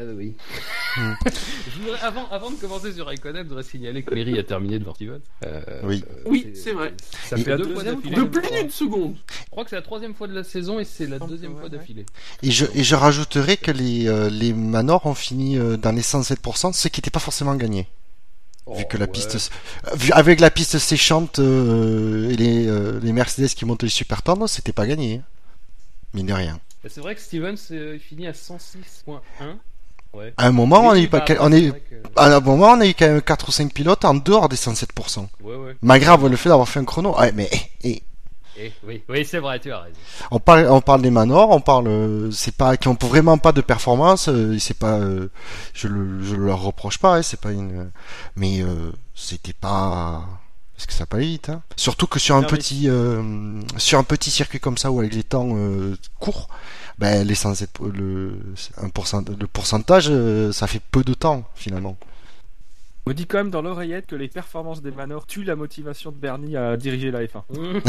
D: Je voudrais, avant de commencer sur Raikkonen, je voudrais signaler que Mary a terminé devant Stevens.
A: Oui, c'est vrai.
D: Ça fait 2 fois d'affilée.
A: De plus d'une seconde.
D: Je crois que c'est la 3e fois de la saison et c'est la 2e fois d'affilée.
C: Et je rajouterais que les Manor ont fini dans les 107%, ce qui n'était pas forcément gagné. Vu que la piste, avec la piste séchante et les Mercedes qui montent les super tendres, c'était pas gagné. Mine de rien.
D: C'est vrai que Stevens finit à 106.1. Ouais.
C: À un moment, on a eu quand même 4 ou 5 pilotes en dehors des 107%.
D: Ouais.
C: Malgré le fait d'avoir fait un chrono. Ouais, mais
D: oui, c'est vrai, tu as raison.
C: On parle des Manor, c'est pas qui ont vraiment pas de performance, c'est pas je leur reproche pas, c'est pas mais c'était pas Parce que ça va pas aller vite, hein. Surtout que sur un petit circuit comme ça, où avec les temps courts, ben, le pourcentage, ça fait peu de temps, finalement.
B: On me dit quand même dans l'oreillette que les performances des Manor tuent la motivation de Bernie à diriger la F1.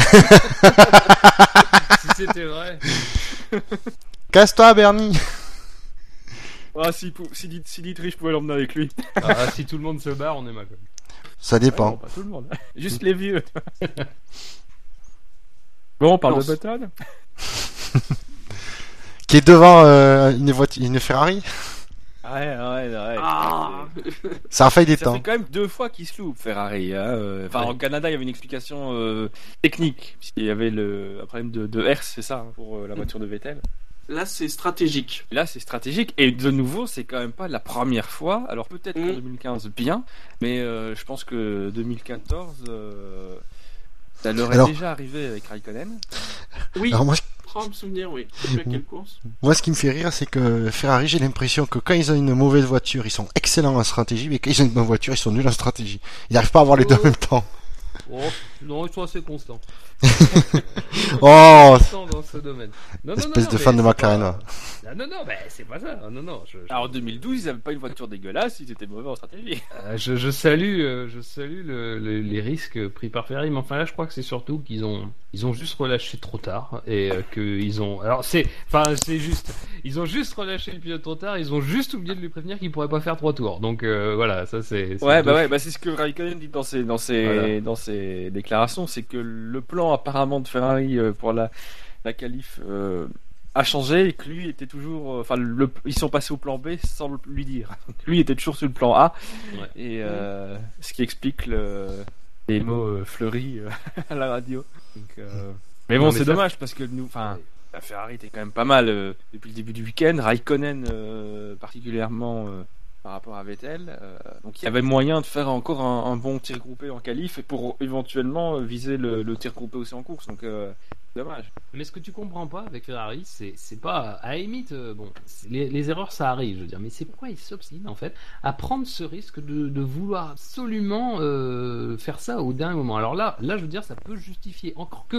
D: Si c'était vrai.
C: Casse-toi, Bernie.
B: Ah, si Dietrich pouvait l'emmener avec lui.
D: Ah, si tout le monde se barre, on est mal.
C: Ça dépend.
B: Ouais, non, pas tout le monde. Juste les vieux. Bon, on parle de Button.
C: Qui est devant une Ferrari.
B: Ouais.
A: Ah.
C: Ça a failli des
B: Ça
C: temps.
B: fait quand même 2 fois qu'il se loupe, Ferrari. Hein. Enfin, au Canada, il y avait une explication technique. Il y avait un problème de herse, c'est ça, hein, pour la voiture de Vettel.
A: Là, c'est stratégique.
B: Là, c'est stratégique. Et de nouveau, c'est quand même pas la première fois. Alors, peut-être qu'en 2015, bien. Mais je pense que 2014, ça leur est déjà arrivé avec Raikkonen.
A: Oui.
C: Alors moi,
A: me souvenir, oui. Je sais plus à quelle course.
C: Moi, ce qui me fait rire, c'est que Ferrari, j'ai l'impression que quand ils ont une mauvaise voiture, ils sont excellents en stratégie, mais quand ils ont une bonne voiture, ils sont nuls en stratégie. Ils n'arrivent pas à avoir les deux en même temps.
D: Oh, non, ils sont assez constants.
C: Oh,
D: Dans ce domaine.
C: espèce de fan de McLaren.
D: Non, mais c'est pas ça. Non.
B: Alors en 2012, ils n'avaient pas une voiture dégueulasse, ils étaient mauvais en stratégie.
D: Je salue les risques pris par Ferrari, mais enfin là, je crois que c'est surtout qu'ils ont juste relâché trop tard et qu'ils ont. Alors c'est juste, ils ont juste relâché le pilote trop tard, ils ont juste oublié de lui prévenir qu'il pourrait pas faire 3 tours. Donc voilà, ça c'est.
B: C'est ce que Raikkonen dit dans ses déclarations, c'est que le plan apparemment de Ferrari pour la qualif a changé et que lui était toujours, ils sont passés au plan B sans lui dire. Lui était toujours sur le plan A et ce qui explique les mots fleuris à la radio. Donc, mais bon, c'est dommage parce que la Ferrari était quand même pas mal depuis le début du week-end. Raikkonen particulièrement par rapport à Vettel. Donc il y avait moyen de faire encore un bon tir groupé en qualif et pour éventuellement viser le tir groupé aussi en course. Donc dommage.
D: Mais ce que tu comprends pas avec Ferrari, c'est pas à la limite, les erreurs ça arrive, je veux dire, mais c'est pourquoi ils s'obstinent en fait à prendre ce risque de vouloir absolument faire ça au dernier moment. Alors là, je veux dire, ça peut justifier,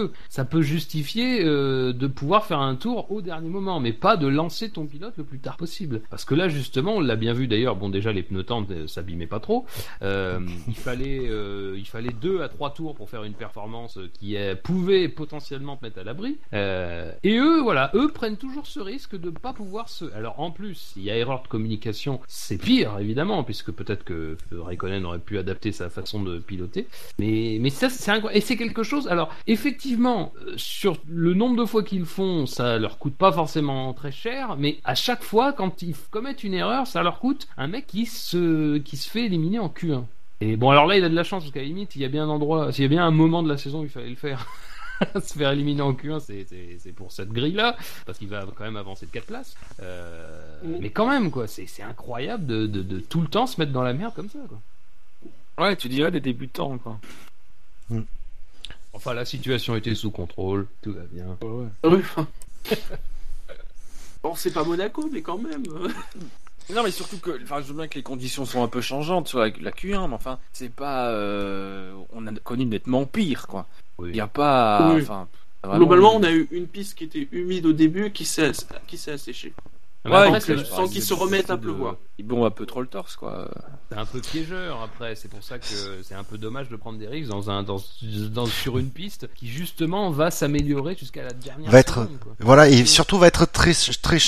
D: de pouvoir faire un tour au dernier moment, mais pas de lancer ton pilote le plus tard possible. Parce que là, justement, on l'a bien vu d'ailleurs. Bon, déjà les pneus tendres s'abîmaient pas trop. Il fallait 2 à 3 tours pour faire une performance qui pouvait potentiellement mettre à l'abri. Et eux prennent toujours ce risque de pas pouvoir se. Alors en plus, il y a erreur de communication, c'est pire évidemment, puisque peut-être que Raikkonen aurait pu adapter sa façon de piloter. Mais ça, et c'est quelque chose. Alors effectivement, sur le nombre de fois qu'ils le font, ça leur coûte pas forcément très cher, mais à chaque fois, quand ils commettent une erreur, ça leur coûte un mec qui se fait éliminer en Q1. Et bon, alors là, il a de la chance parce qu'à la limite, il y a bien un moment de la saison où il fallait le faire. Se faire éliminer en Q1, c'est pour cette grille-là, parce qu'il va quand même avancer de 4 places. Mais quand même, quoi, c'est incroyable de tout le temps se mettre dans la merde comme ça, quoi.
B: Ouais, tu dirais des débutants, quoi.
D: Enfin, la situation était sous contrôle, tout va bien.
A: Oui, bon, c'est pas Monaco, mais quand même.
B: Non, mais surtout que, je veux bien que les conditions sont un peu changeantes sur la Q1, mais enfin, c'est pas, on a connu nettement pire, quoi. Il n'y a pas,
A: globalement, on a eu une piste qui était humide au début, qui s'est asséchée. Sans qu'ils se remettent à pleuvoir.
B: Ils bombent un peu trop le torse, quoi.
D: C'est un peu piégeur après, c'est pour ça que c'est un peu dommage de prendre des risques sur une piste qui justement va s'améliorer jusqu'à la dernière seconde, quoi.
C: Voilà, et surtout va être très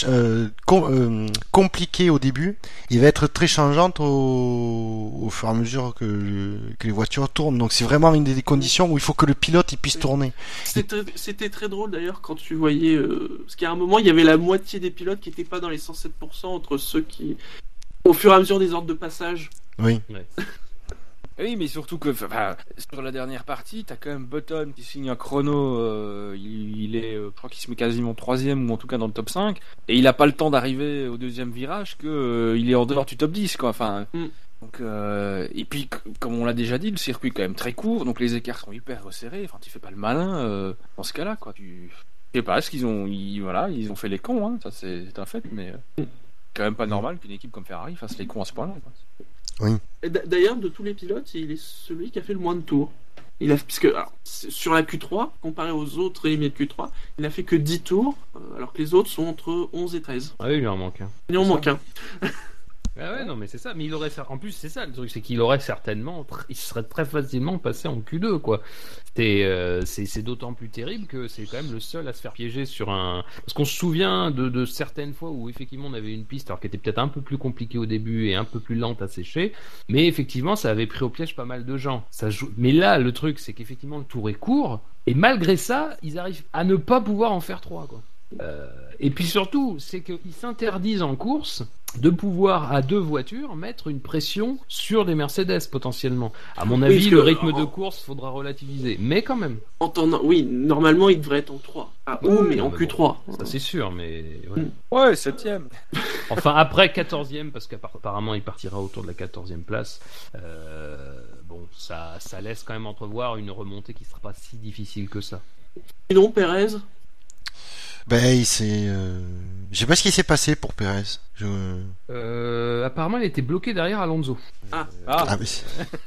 C: compliqué au début, il va être très changeante au fur et à mesure que les voitures tournent. Donc c'est vraiment une des conditions où il faut que le pilote il puisse tourner.
A: C'était très drôle d'ailleurs quand tu voyais parce qu'à un moment il y avait la moitié des pilotes qui n'étaient pas dans les 107% entre ceux qui au fur et à mesure des ordres de passage.
C: Oui.
D: Ouais.
B: Oui, mais surtout que sur la dernière partie, t'as quand même Button qui signe un chrono, je crois qu'il se met quasiment 3ème ou en tout cas dans le top 5, et il a pas le temps d'arriver au deuxième virage que il est en dehors du top 10, quoi. Donc, et puis, comme on l'a déjà dit, le circuit est quand même très court, donc les écarts sont hyper resserrés. Enfin, tu fais pas le malin dans ce cas-là, quoi. Je sais pas, ils ont fait les cons, hein. Ça c'est un fait, mais quand même pas normal qu'une équipe comme Ferrari fasse les cons à ce point-là, quoi.
C: Oui.
A: D'ailleurs, de tous les pilotes, il est celui qui a fait le moins de tours. puisque alors, sur la Q3, comparé aux autres éliminés de Q3, il n'a fait que 10 tours, alors que les autres sont entre 11 et 13.
D: Ah oui, il lui en manque un.
A: Il en manque un.
D: Ah ouais, non, mais c'est ça. Mais il aurait, en plus, c'est ça le truc, c'est qu'il aurait certainement, il serait très facilement passé en Q2, quoi. C'est d'autant plus terrible que c'est quand même le seul à se faire piéger sur un. Parce qu'on se souvient de certaines fois où effectivement on avait une piste, alors qui était peut-être un peu plus compliquée au début et un peu plus lente à sécher, mais effectivement ça avait pris au piège pas mal de gens. Mais là, le truc, c'est qu'effectivement le tour est court et malgré ça, ils arrivent à ne pas pouvoir en faire 3, quoi. Et puis surtout, c'est qu'ils s'interdisent en course de pouvoir à 2 voitures mettre une pression sur des Mercedes potentiellement. À mon avis, le rythme de course faudra relativiser, mais quand même.
A: Oui, normalement il devrait être en 3. Mais en Q3.
D: Ça c'est sûr, mais
B: ouais, 7ème.
D: Enfin après 14ème, parce qu'apparemment il partira autour de la 14ème place. Bon, ça laisse quand même entrevoir une remontée qui sera pas si difficile que ça.
A: Sinon, Pérez.
C: Ben, je sais pas ce qui s'est passé pour Pérez.
D: Apparemment, il était bloqué derrière Alonso.
C: Oui.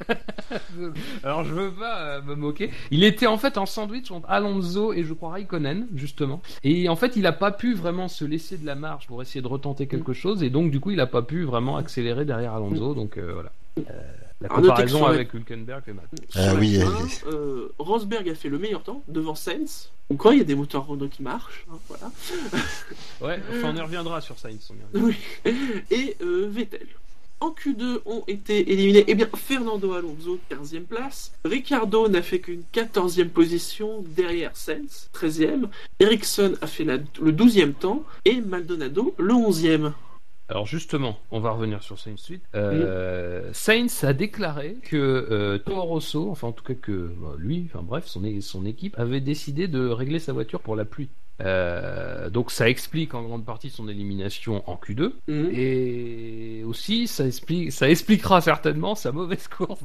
D: Alors, je veux pas me moquer. Il était en fait en sandwich entre Alonso et je crois Raikkonen, justement. Et en fait, il a pas pu vraiment se laisser de la marge pour essayer de retenter quelque chose. Et donc, du coup, il a pas pu vraiment accélérer derrière Alonso. Donc, voilà. La comparaison avec Hülkenberg fait mal.
C: Oui.
A: Rosberg a fait le meilleur temps devant Sainz. Donc quand il y a des moteurs Renault qui marchent, voilà.
D: Ouais, enfin on y reviendra sur Sainz.
A: Oui. Et Vettel. En Q2 ont été éliminés Fernando Alonso, 15e place. Ricciardo n'a fait qu'une 14e position derrière Sainz, 13e. Ericsson a fait le 12e temps et Maldonado le 11e.
D: Alors justement, on va revenir sur Sainz suite. Sainz a déclaré que Toro Rosso, enfin en tout cas que lui, enfin bref, son équipe avait décidé de régler sa voiture pour la pluie. Donc ça explique en grande partie son élimination en Q2 et aussi ça expliquera certainement sa mauvaise course.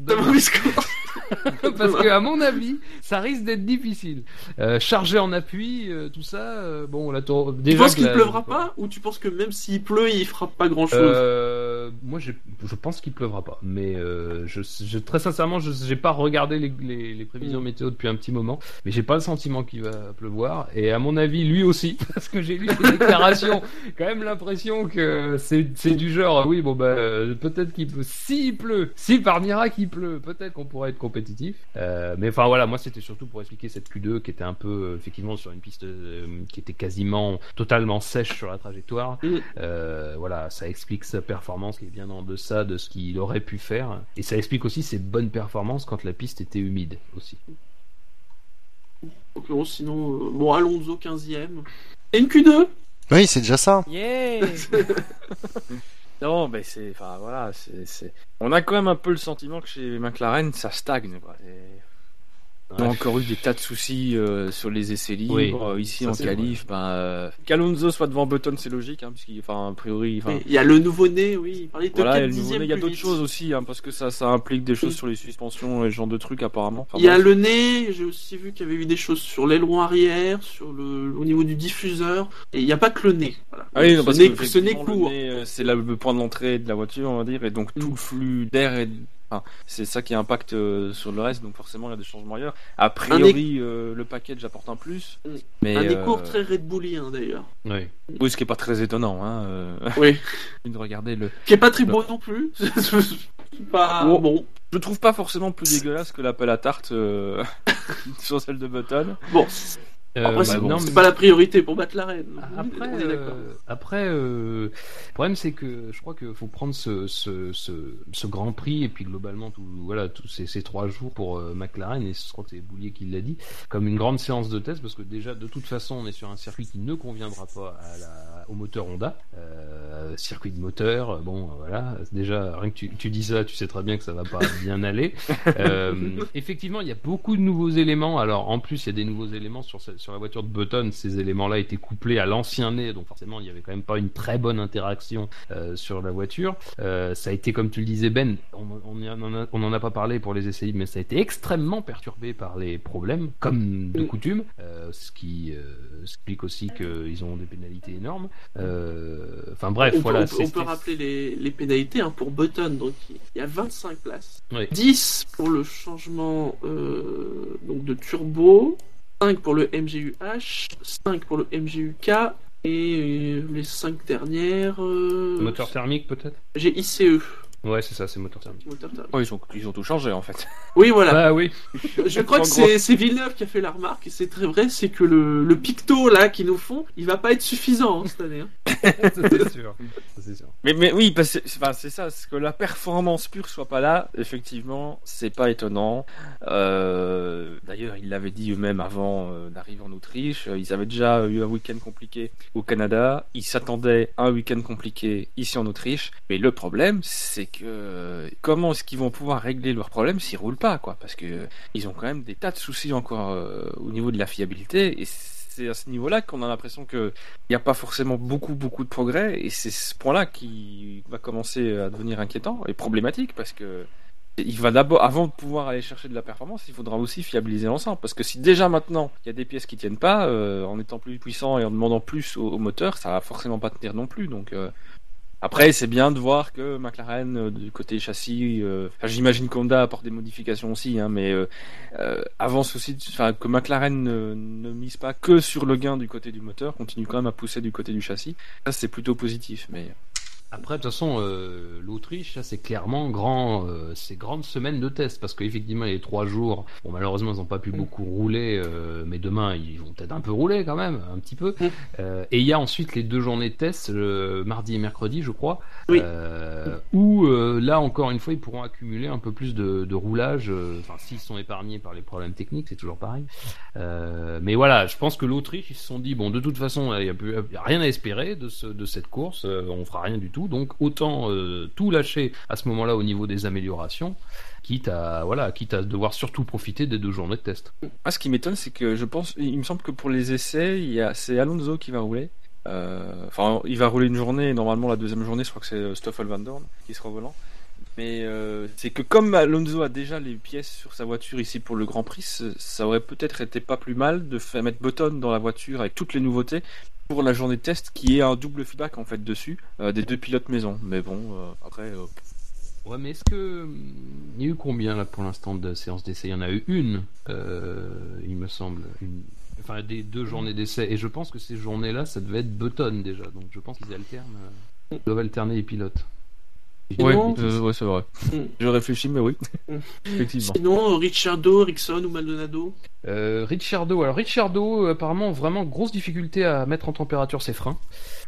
D: Parce que à mon avis, ça risque d'être difficile. Chargé en appui, tout ça, bon, déjà.
A: Tu penses qu'il pleuvra pas ou tu penses que même s'il pleut, il fera pas grand chose?
D: Moi, je pense qu'il pleuvra pas, mais très sincèrement, j'ai pas regardé les prévisions météo depuis un petit moment, mais j'ai pas le sentiment qu'il va pleuvoir. Et à mon avis, lui aussi, parce que j'ai lu ses déclarations, quand même l'impression que c'est du genre, oui, bon bah peut-être qu'il peut, s'il pleut, si par miracle il pleut, peut-être qu'on pourrait être compétitif. Mais enfin voilà, moi c'était surtout pour expliquer cette Q2 qui était un peu effectivement sur une piste qui était quasiment totalement sèche sur la trajectoire. Voilà, ça explique sa performance qui est bien en deçà de ce qu'il aurait pu faire, et ça explique aussi ses bonnes performances quand la piste était humide aussi.
A: Donc, sinon, Alonso 15e. Et une Q2.
C: Oui, c'est déjà ça.
B: Yeah. Non, mais voilà, on a quand même un peu le sentiment que chez McLaren, ça stagne, quoi. On a encore eu des tas de soucis sur les essais libres. Ici en qualif, qu'Alonso soit devant Button, c'est logique, hein, puisqu'il, a priori,
A: il y a le nouveau-né, oui. Il parlait de
B: voilà,
A: 4 dixièmes.
B: Il y a d'autres choses aussi, hein, parce que ça implique des choses sur les suspensions et ce genre de trucs apparemment.
A: Il y a le nez. J'ai aussi vu qu'il y avait eu des choses sur l'aileron arrière, au niveau du diffuseur. Et il n'y a pas que le nez. Voilà.
B: Ah oui, non, parce que
A: ce nez court.
B: C'est le point de l'entrée de la voiture, on va dire, et donc tout le flux d'air c'est ça qui impacte sur le reste, donc forcément il y a des changements ailleurs. A priori, le package apporte un plus. Mais,
A: un décours très Red Bullien d'ailleurs.
B: Oui, ce qui est pas très étonnant.
A: Oui.
B: De regarder
A: qui est pas très beau non plus. Bon.
B: Je trouve pas forcément plus dégueulasse que l'appel à tarte sur celle de Button.
A: Bon. Après, c'est pas la priorité pour McLaren.
D: Après, le problème c'est que je crois qu'il faut prendre ce Grand Prix et puis globalement tous ces 3 jours pour McLaren, et je crois que c'est Boulier qui l'a dit, comme une grande séance de test, parce que déjà de toute façon on est sur un circuit qui ne conviendra pas au moteur Honda, circuit de moteur, voilà, déjà rien que tu dis ça, tu sais très bien que ça va pas bien aller. Effectivement, il y a beaucoup de nouveaux éléments. Alors en plus il y a des nouveaux éléments sur la voiture de Button. Ces éléments-là étaient couplés à l'ancien nez, donc forcément il y avait quand même pas une très bonne interaction sur la voiture. Ça a été, comme tu le disais Ben, on en a pas parlé pour les essais libres, mais ça a été extrêmement perturbé par les problèmes comme de coutume, ce qui explique aussi qu'ils ont des pénalités énormes. Enfin bref,
A: on peut rappeler les pénalités pour Button. Donc il y a 25 places.
D: Oui.
A: 10 pour le changement donc de turbo, 5 pour le MGU-H, 5 pour le MGU-K et les 5 dernières...
D: Moteur thermique peut-être.
A: J'ai ICE.
D: Ouais, c'est ça, c'est moteur thermique.
B: Oh, ils ont tout changé en fait.
A: Oui, voilà.
D: Bah oui.
A: Je crois que c'est Villeneuve qui a fait la remarque, et c'est très vrai, c'est que le picto là qu'ils nous font, il va pas être suffisant cette année.
D: C'est sûr.
B: Mais oui, parce que c'est ça, c'est que la performance pure soit pas là, effectivement, c'est pas étonnant. D'ailleurs, ils l'avaient dit eux-mêmes avant d'arriver en Autriche, ils avaient déjà eu un week-end compliqué au Canada, ils s'attendaient à un week-end compliqué ici en Autriche, mais le problème, c'est que comment est-ce qu'ils vont pouvoir régler leurs problèmes s'ils roulent pas, quoi, parce que ils ont quand même des tas de soucis encore au niveau de la fiabilité, et c'est à ce niveau-là qu'on a l'impression qu'il n'y a pas forcément beaucoup de progrès, et c'est ce point-là qui va commencer à devenir inquiétant et problématique, parce que il va d'abord, avant de pouvoir aller chercher de la performance, il faudra aussi fiabiliser l'ensemble, parce que si déjà maintenant il y a des pièces qui tiennent pas, en étant plus puissant et en demandant plus au moteur, ça va forcément pas tenir non plus. Donc après, c'est bien de voir que McLaren, du côté châssis, j'imagine qu'Honda apporte des modifications aussi, mais avance aussi, que McLaren ne mise pas que sur le gain du côté du moteur, continue quand même à pousser du côté du châssis. Ça, c'est plutôt positif. Mais
D: après, de toute façon, l'Autriche, ça, c'est clairement c'est grande semaine de test, parce qu'effectivement, les 3 jours, bon, malheureusement, ils n'ont pas pu beaucoup rouler, mais demain, ils vont peut-être un peu rouler quand même, un petit peu. Et il y a ensuite les 2 journées de test, mardi et mercredi, je crois,
A: oui.
D: Où là, encore une fois, ils pourront accumuler un peu plus de roulage, s'ils sont épargnés par les problèmes techniques, c'est toujours pareil. Mais voilà, je pense que l'Autriche, ils se sont dit, bon, de toute façon, il n'y a rien à espérer de cette course, on fera rien du tout. Donc autant tout lâcher à ce moment-là au niveau des améliorations, quitte à devoir surtout profiter des 2 journées de test.
B: Ce qui m'étonne, c'est que il me semble que pour les essais, c'est Alonso qui va rouler. Il va rouler une journée, et normalement la deuxième journée, je crois que c'est Stoffel Van Dorn qui sera au volant. Mais c'est que comme Alonso a déjà les pièces sur sa voiture ici pour le Grand Prix, ça aurait peut-être été pas plus mal de faire mettre Button dans la voiture avec toutes les nouveautés pour la journée de test, qui est un double feedback en fait dessus des 2 pilotes maison. Mais bon, après.
D: Ouais, mais est-ce que il y a eu combien là pour l'instant de séances d'essai? Il y en a eu une, il me semble, des 2 journées d'essai. Et je pense que ces journées-là, ça devait être Button déjà. Donc je pense qu'ils doivent alterner les pilotes.
B: Ouais, c'est vrai. Je réfléchis, mais oui. Effectivement.
A: Sinon, Ricciardo, Ericsson ou Maldonado.
D: Ricciardo, apparemment, vraiment grosse difficulté à mettre en température ses freins.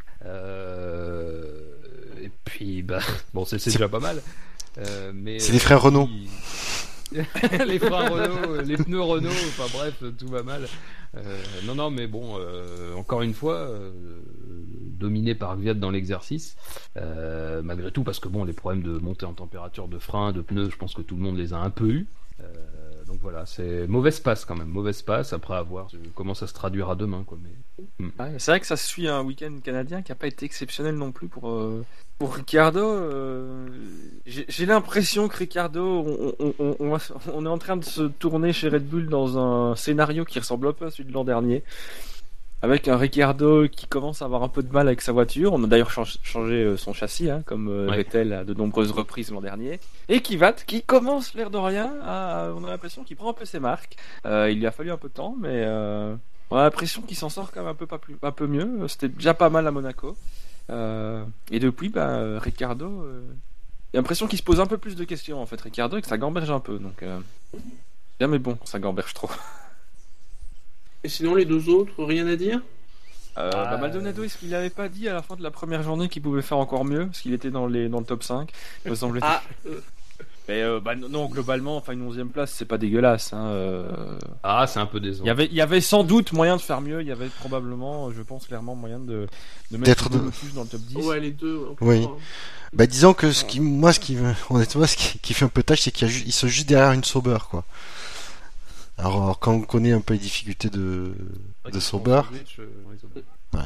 D: Et puis, bon, c'est déjà pas mal. Mais
C: c'est les frères Renault.
D: Les freins Renault, les pneus Renault, bref, tout va mal. Non, mais bon, encore une fois, dominé par Kvyat dans l'exercice, malgré tout, parce que bon, les problèmes de montée en température de frein, de pneus, je pense que tout le monde les a un peu eus. Donc voilà, c'est mauvaise passe quand même, mauvaise passe, après à voir comment ça se traduira demain, quoi. Mais
B: c'est vrai que ça suit un week-end canadien qui n'a pas été exceptionnel non plus pour Ricciardo. J'ai l'impression que Ricciardo, on est en train de se tourner chez Red Bull dans un scénario qui ressemble un peu à celui de l'an dernier, avec un Ricciardo qui commence à avoir un peu de mal avec sa voiture. On a d'ailleurs changé son châssis, comme Vettel à de nombreuses reprises l'an dernier. Et qui commence l'air de rien, on a l'impression qu'il prend un peu ses marques. Il lui a fallu un peu de temps, mais on a l'impression qu'il s'en sort quand même un peu mieux. C'était déjà pas mal à Monaco. Et depuis, Ricciardo, j'ai l'impression qu'il se pose un peu plus de questions en fait, Ricciardo, et que ça gamberge un peu. Donc, bien, mais bon, ça gamberge trop.
A: Et sinon, les 2 autres, rien à dire?
B: Maldonado, est-ce qu'il n'avait pas dit à la fin de la première journée qu'il pouvait faire encore mieux, parce qu'il était dans le top 5, me semble-t-il. Mais non, globalement, une 11e place, c'est pas dégueulasse. C'est
D: un peu décevant.
B: Il y avait sans doute moyen de faire mieux. Il y avait probablement, je pense clairement, moyen de mettre les 2 plus dans le top 10.
A: Ouais, les 2.
C: Oui. Disons que ce qui fait un peu tâche, c'est qu'ils sont juste derrière une Sauber, quoi. Alors quand on connaît un peu les difficultés de Sauber. Ouais.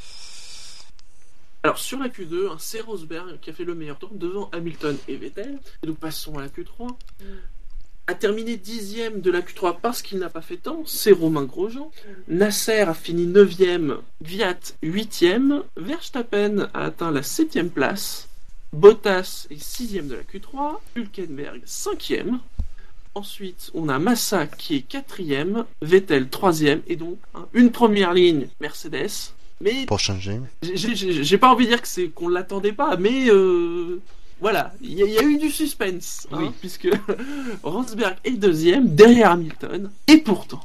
A: Alors sur la Q2, c'est Rosberg qui a fait le meilleur tour devant Hamilton et Vettel. Et nous passons à la Q3. a terminé 10e de la Q3 parce qu'il n'a pas fait temps, c'est Romain Grosjean. Nasser a fini 9e, Kvyat 8e, Verstappen a atteint la 7e place, Bottas est 6e de la Q3, Hülkenberg 5e. Ensuite, on a Massa qui est 4e, Vettel 3e, et donc une première ligne Mercedes. Mais
C: pour changer.
A: J'ai pas envie de dire que qu'on l'attendait pas, mais voilà, il y a eu du suspense, hein, puisque Rosberg est 2e derrière Hamilton, et pourtant.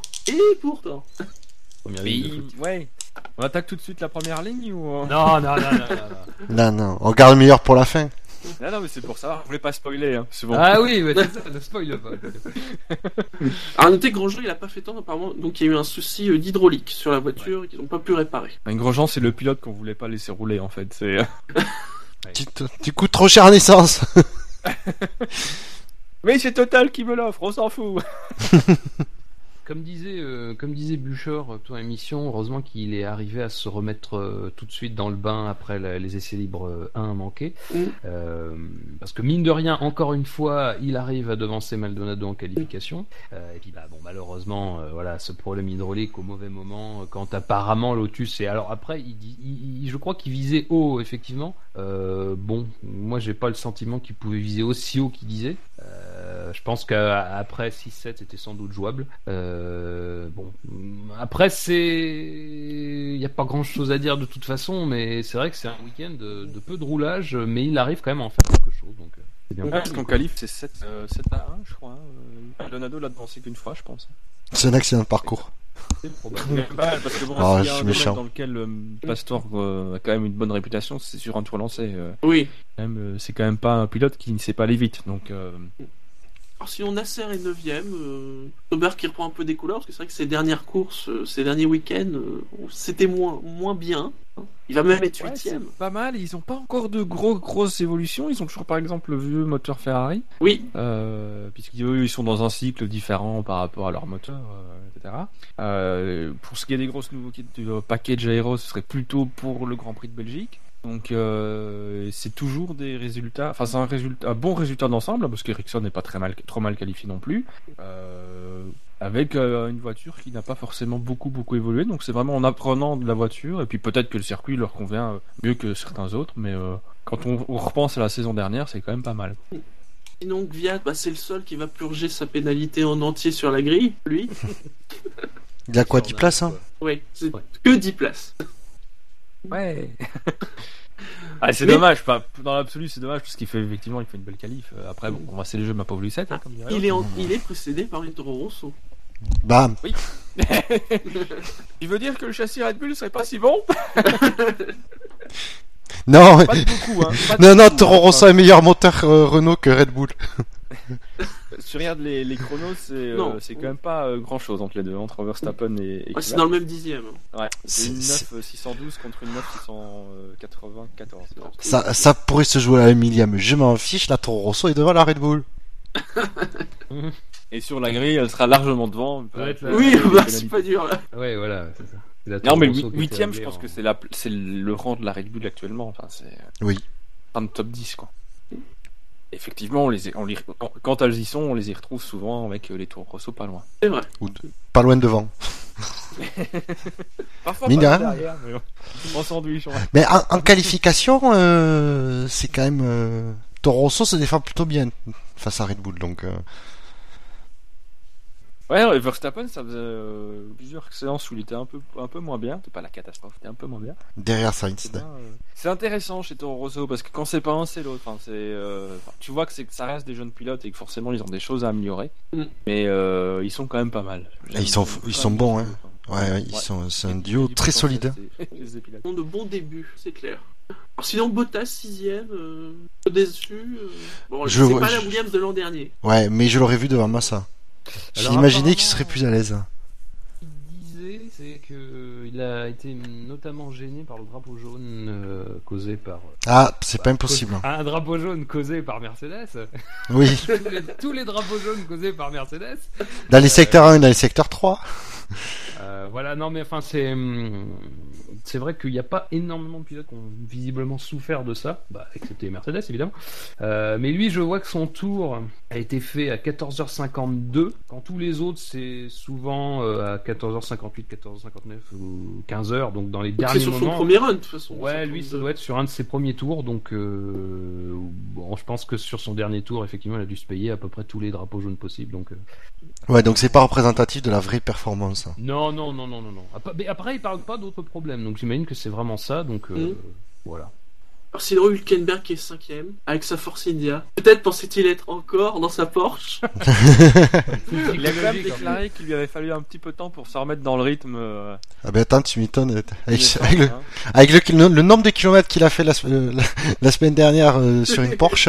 B: Ouais. On attaque tout de suite la première ligne ou
C: Non, on garde le meilleur pour la fin.
B: Non, mais c'est pour ça. Je voulais pas spoiler. Hein. C'est bon.
D: Ah oui, mais c'est ça, ne spoil pas.
A: Alors notez que Grosjean il a pas fait temps apparemment, donc il y a eu un souci d'hydraulique sur la voiture qu'ils n'ont pas pu réparer.
B: Grosjean c'est le pilote qu'on voulait pas laisser rouler en fait. C'est.
C: Tu coûtes trop cher en essence.
B: Mais c'est Total qui me l'offre, on s'en fout.
D: Comme disait Buchor pour l'émission, heureusement qu'il est arrivé à se remettre tout de suite dans le bain après les essais libres 1 manqués. Parce que mine de rien, encore une fois, il arrive à devancer Maldonado en qualification. Et puis malheureusement, voilà, ce problème hydraulique au mauvais moment, quand apparemment Lotus... Alors après, je crois qu'il visait haut, effectivement. Moi j'ai pas le sentiment qu'il pouvait viser aussi haut qu'il disait. Je pense qu'après 6-7 c'était sans doute jouable. Après il n'y a pas grand chose à dire de toute façon, mais c'est vrai que c'est un week-end de peu de roulage, mais il arrive quand même à en faire quelque chose, donc c'est bien.
B: Parce qu'en qualif c'est 7 à 1 je crois. Maldonado l'a devancé qu'une fois je pense.
C: C'est un accident de parcours.
B: C'est probable. Parce que s'il y a un domaine dans lequel Pastor a quand même une bonne réputation, c'est sur un tour lancé.
A: Oui.
B: C'est quand même pas un pilote qui ne sait pas aller vite, donc.
A: Alors sinon Nasser est 9e, Sauber qui reprend un peu des couleurs, parce que c'est vrai que ces dernières courses, ces derniers week-ends, c'était moins bien. Il va même être 8e.
B: C'est pas mal, ils ont pas encore de grosses évolutions, ils ont toujours par exemple le vieux moteur Ferrari.
A: Oui.
B: Puisqu'eux ils sont dans un cycle différent par rapport à leur moteur, etc. Pour ce qui est des grosses nouveautés du package aéro, ce serait plutôt pour le Grand Prix de Belgique. Donc c'est toujours des résultats, enfin c'est un bon résultat d'ensemble parce qu'Ericsson n'est pas trop mal qualifié non plus, avec une voiture qui n'a pas forcément beaucoup évolué, donc c'est vraiment en apprenant de la voiture, et puis peut-être que le circuit leur convient mieux que certains autres, mais quand on repense à la saison dernière, c'est quand même pas mal.
A: Sinon Kvyat, c'est le seul qui va purger sa pénalité en entier sur la grille, lui.
C: Il a quoi, 10 places hein?
A: Oui, c'est que 10 places.
B: Ouais. C'est dommage, dans l'absolu c'est dommage parce qu'il fait une belle qualif. Après c'est le jeu de ma pauvre Lucette. Comme
A: il est précédé par une Toro Rosso.
C: Bam.
B: Oui. Il veut dire que le châssis Red Bull serait pas si bon?
C: Non.
B: Pas de beaucoup, hein.
C: Non, Toro Rosso a un meilleur moteur Renault que Red Bull.
B: Si tu regardes les chronos, c'est quand même pas grand chose entre les deux, entre Verstappen et
A: c'est dans le même dixième.
B: Ouais, c'est une 9-612 contre une 9-694.
C: Ça pourrait se jouer à la millième, je m'en fiche, la Toro Rosso est devant la Red Bull.
B: Et sur la grille, elle sera largement devant.
A: Oui, c'est pas dur là.
D: Ouais, voilà, c'est ça.
B: Non, mais 8ème, je pense que c'est le rang de la Red Bull actuellement. Enfin, c'est.
C: Oui.
B: Un top 10, quoi. Effectivement, quand elles y sont, on les y retrouve souvent avec les Toro Rosso pas loin.
A: C'est vrai.
C: Ou pas loin devant.
B: Parfois pas derrière, mais on sandwich.
C: Mais en qualification, c'est quand même Toro Rosso se défend plutôt bien face à Red Bull, donc.
B: Ouais, Verstappen, ça faisait plusieurs séances où il était un peu moins bien. C'était pas la catastrophe, c'était un peu moins bien.
C: Derrière Sainz.
B: C'est intéressant chez Toro Rosso parce que quand c'est pas un, c'est l'autre. Enfin, tu vois que ça reste des jeunes pilotes et que forcément ils ont des choses à améliorer. Mais ils sont quand même pas mal.
C: Ils sont bons, hein. Ouais, c'est un duo très solide.
A: Ils ont de bons débuts, c'est clair. Alors sinon Bottas 6ème, déçu. C'est pas la Williams de l'an dernier.
C: Ouais, mais je l'aurais vu devant Massa. J'imaginais qu'il serait plus à l'aise.
D: Ce qu'il disait, c'est qu'il a été notamment gêné par le drapeau jaune causé par.
C: C'est pas impossible.
D: Un drapeau jaune causé par Mercedes.
C: Oui.
D: tous les drapeaux jaunes causés par Mercedes.
C: Dans les secteurs 1 et dans les secteurs 3.
D: Voilà, non mais enfin c'est vrai qu'il n'y a pas énormément de pilotes qui ont visiblement souffert de ça, excepté Mercedes évidemment. Mais lui, je vois que son tour a été fait à 14h52, quand tous les autres c'est souvent à 14h58, 14h59 ou 15h, donc dans les derniers moments.
A: C'est sur son premier run de toute façon.
D: Ouais, lui ça doit être sur un de ses premiers tours, donc bon, je pense que sur son dernier tour, effectivement, il a dû se payer à peu près tous les drapeaux jaunes possibles, donc.
C: Ouais, donc c'est pas représentatif de la vraie performance.
D: Non. Mais après, il parle pas d'autres problèmes, donc j'imagine que c'est vraiment ça, donc voilà.
A: Alors sinon, Hülkenberg qui est 5ème, avec sa Force India. Peut-être pensait-il être encore dans sa Porsche.
B: Il a quand même déclaré qu'il lui avait fallu un petit peu de temps pour se remettre dans le rythme.
C: Ah ben attends, tu m'étonnes. Avec le nombre de kilomètres qu'il a fait la semaine dernière sur une Porsche.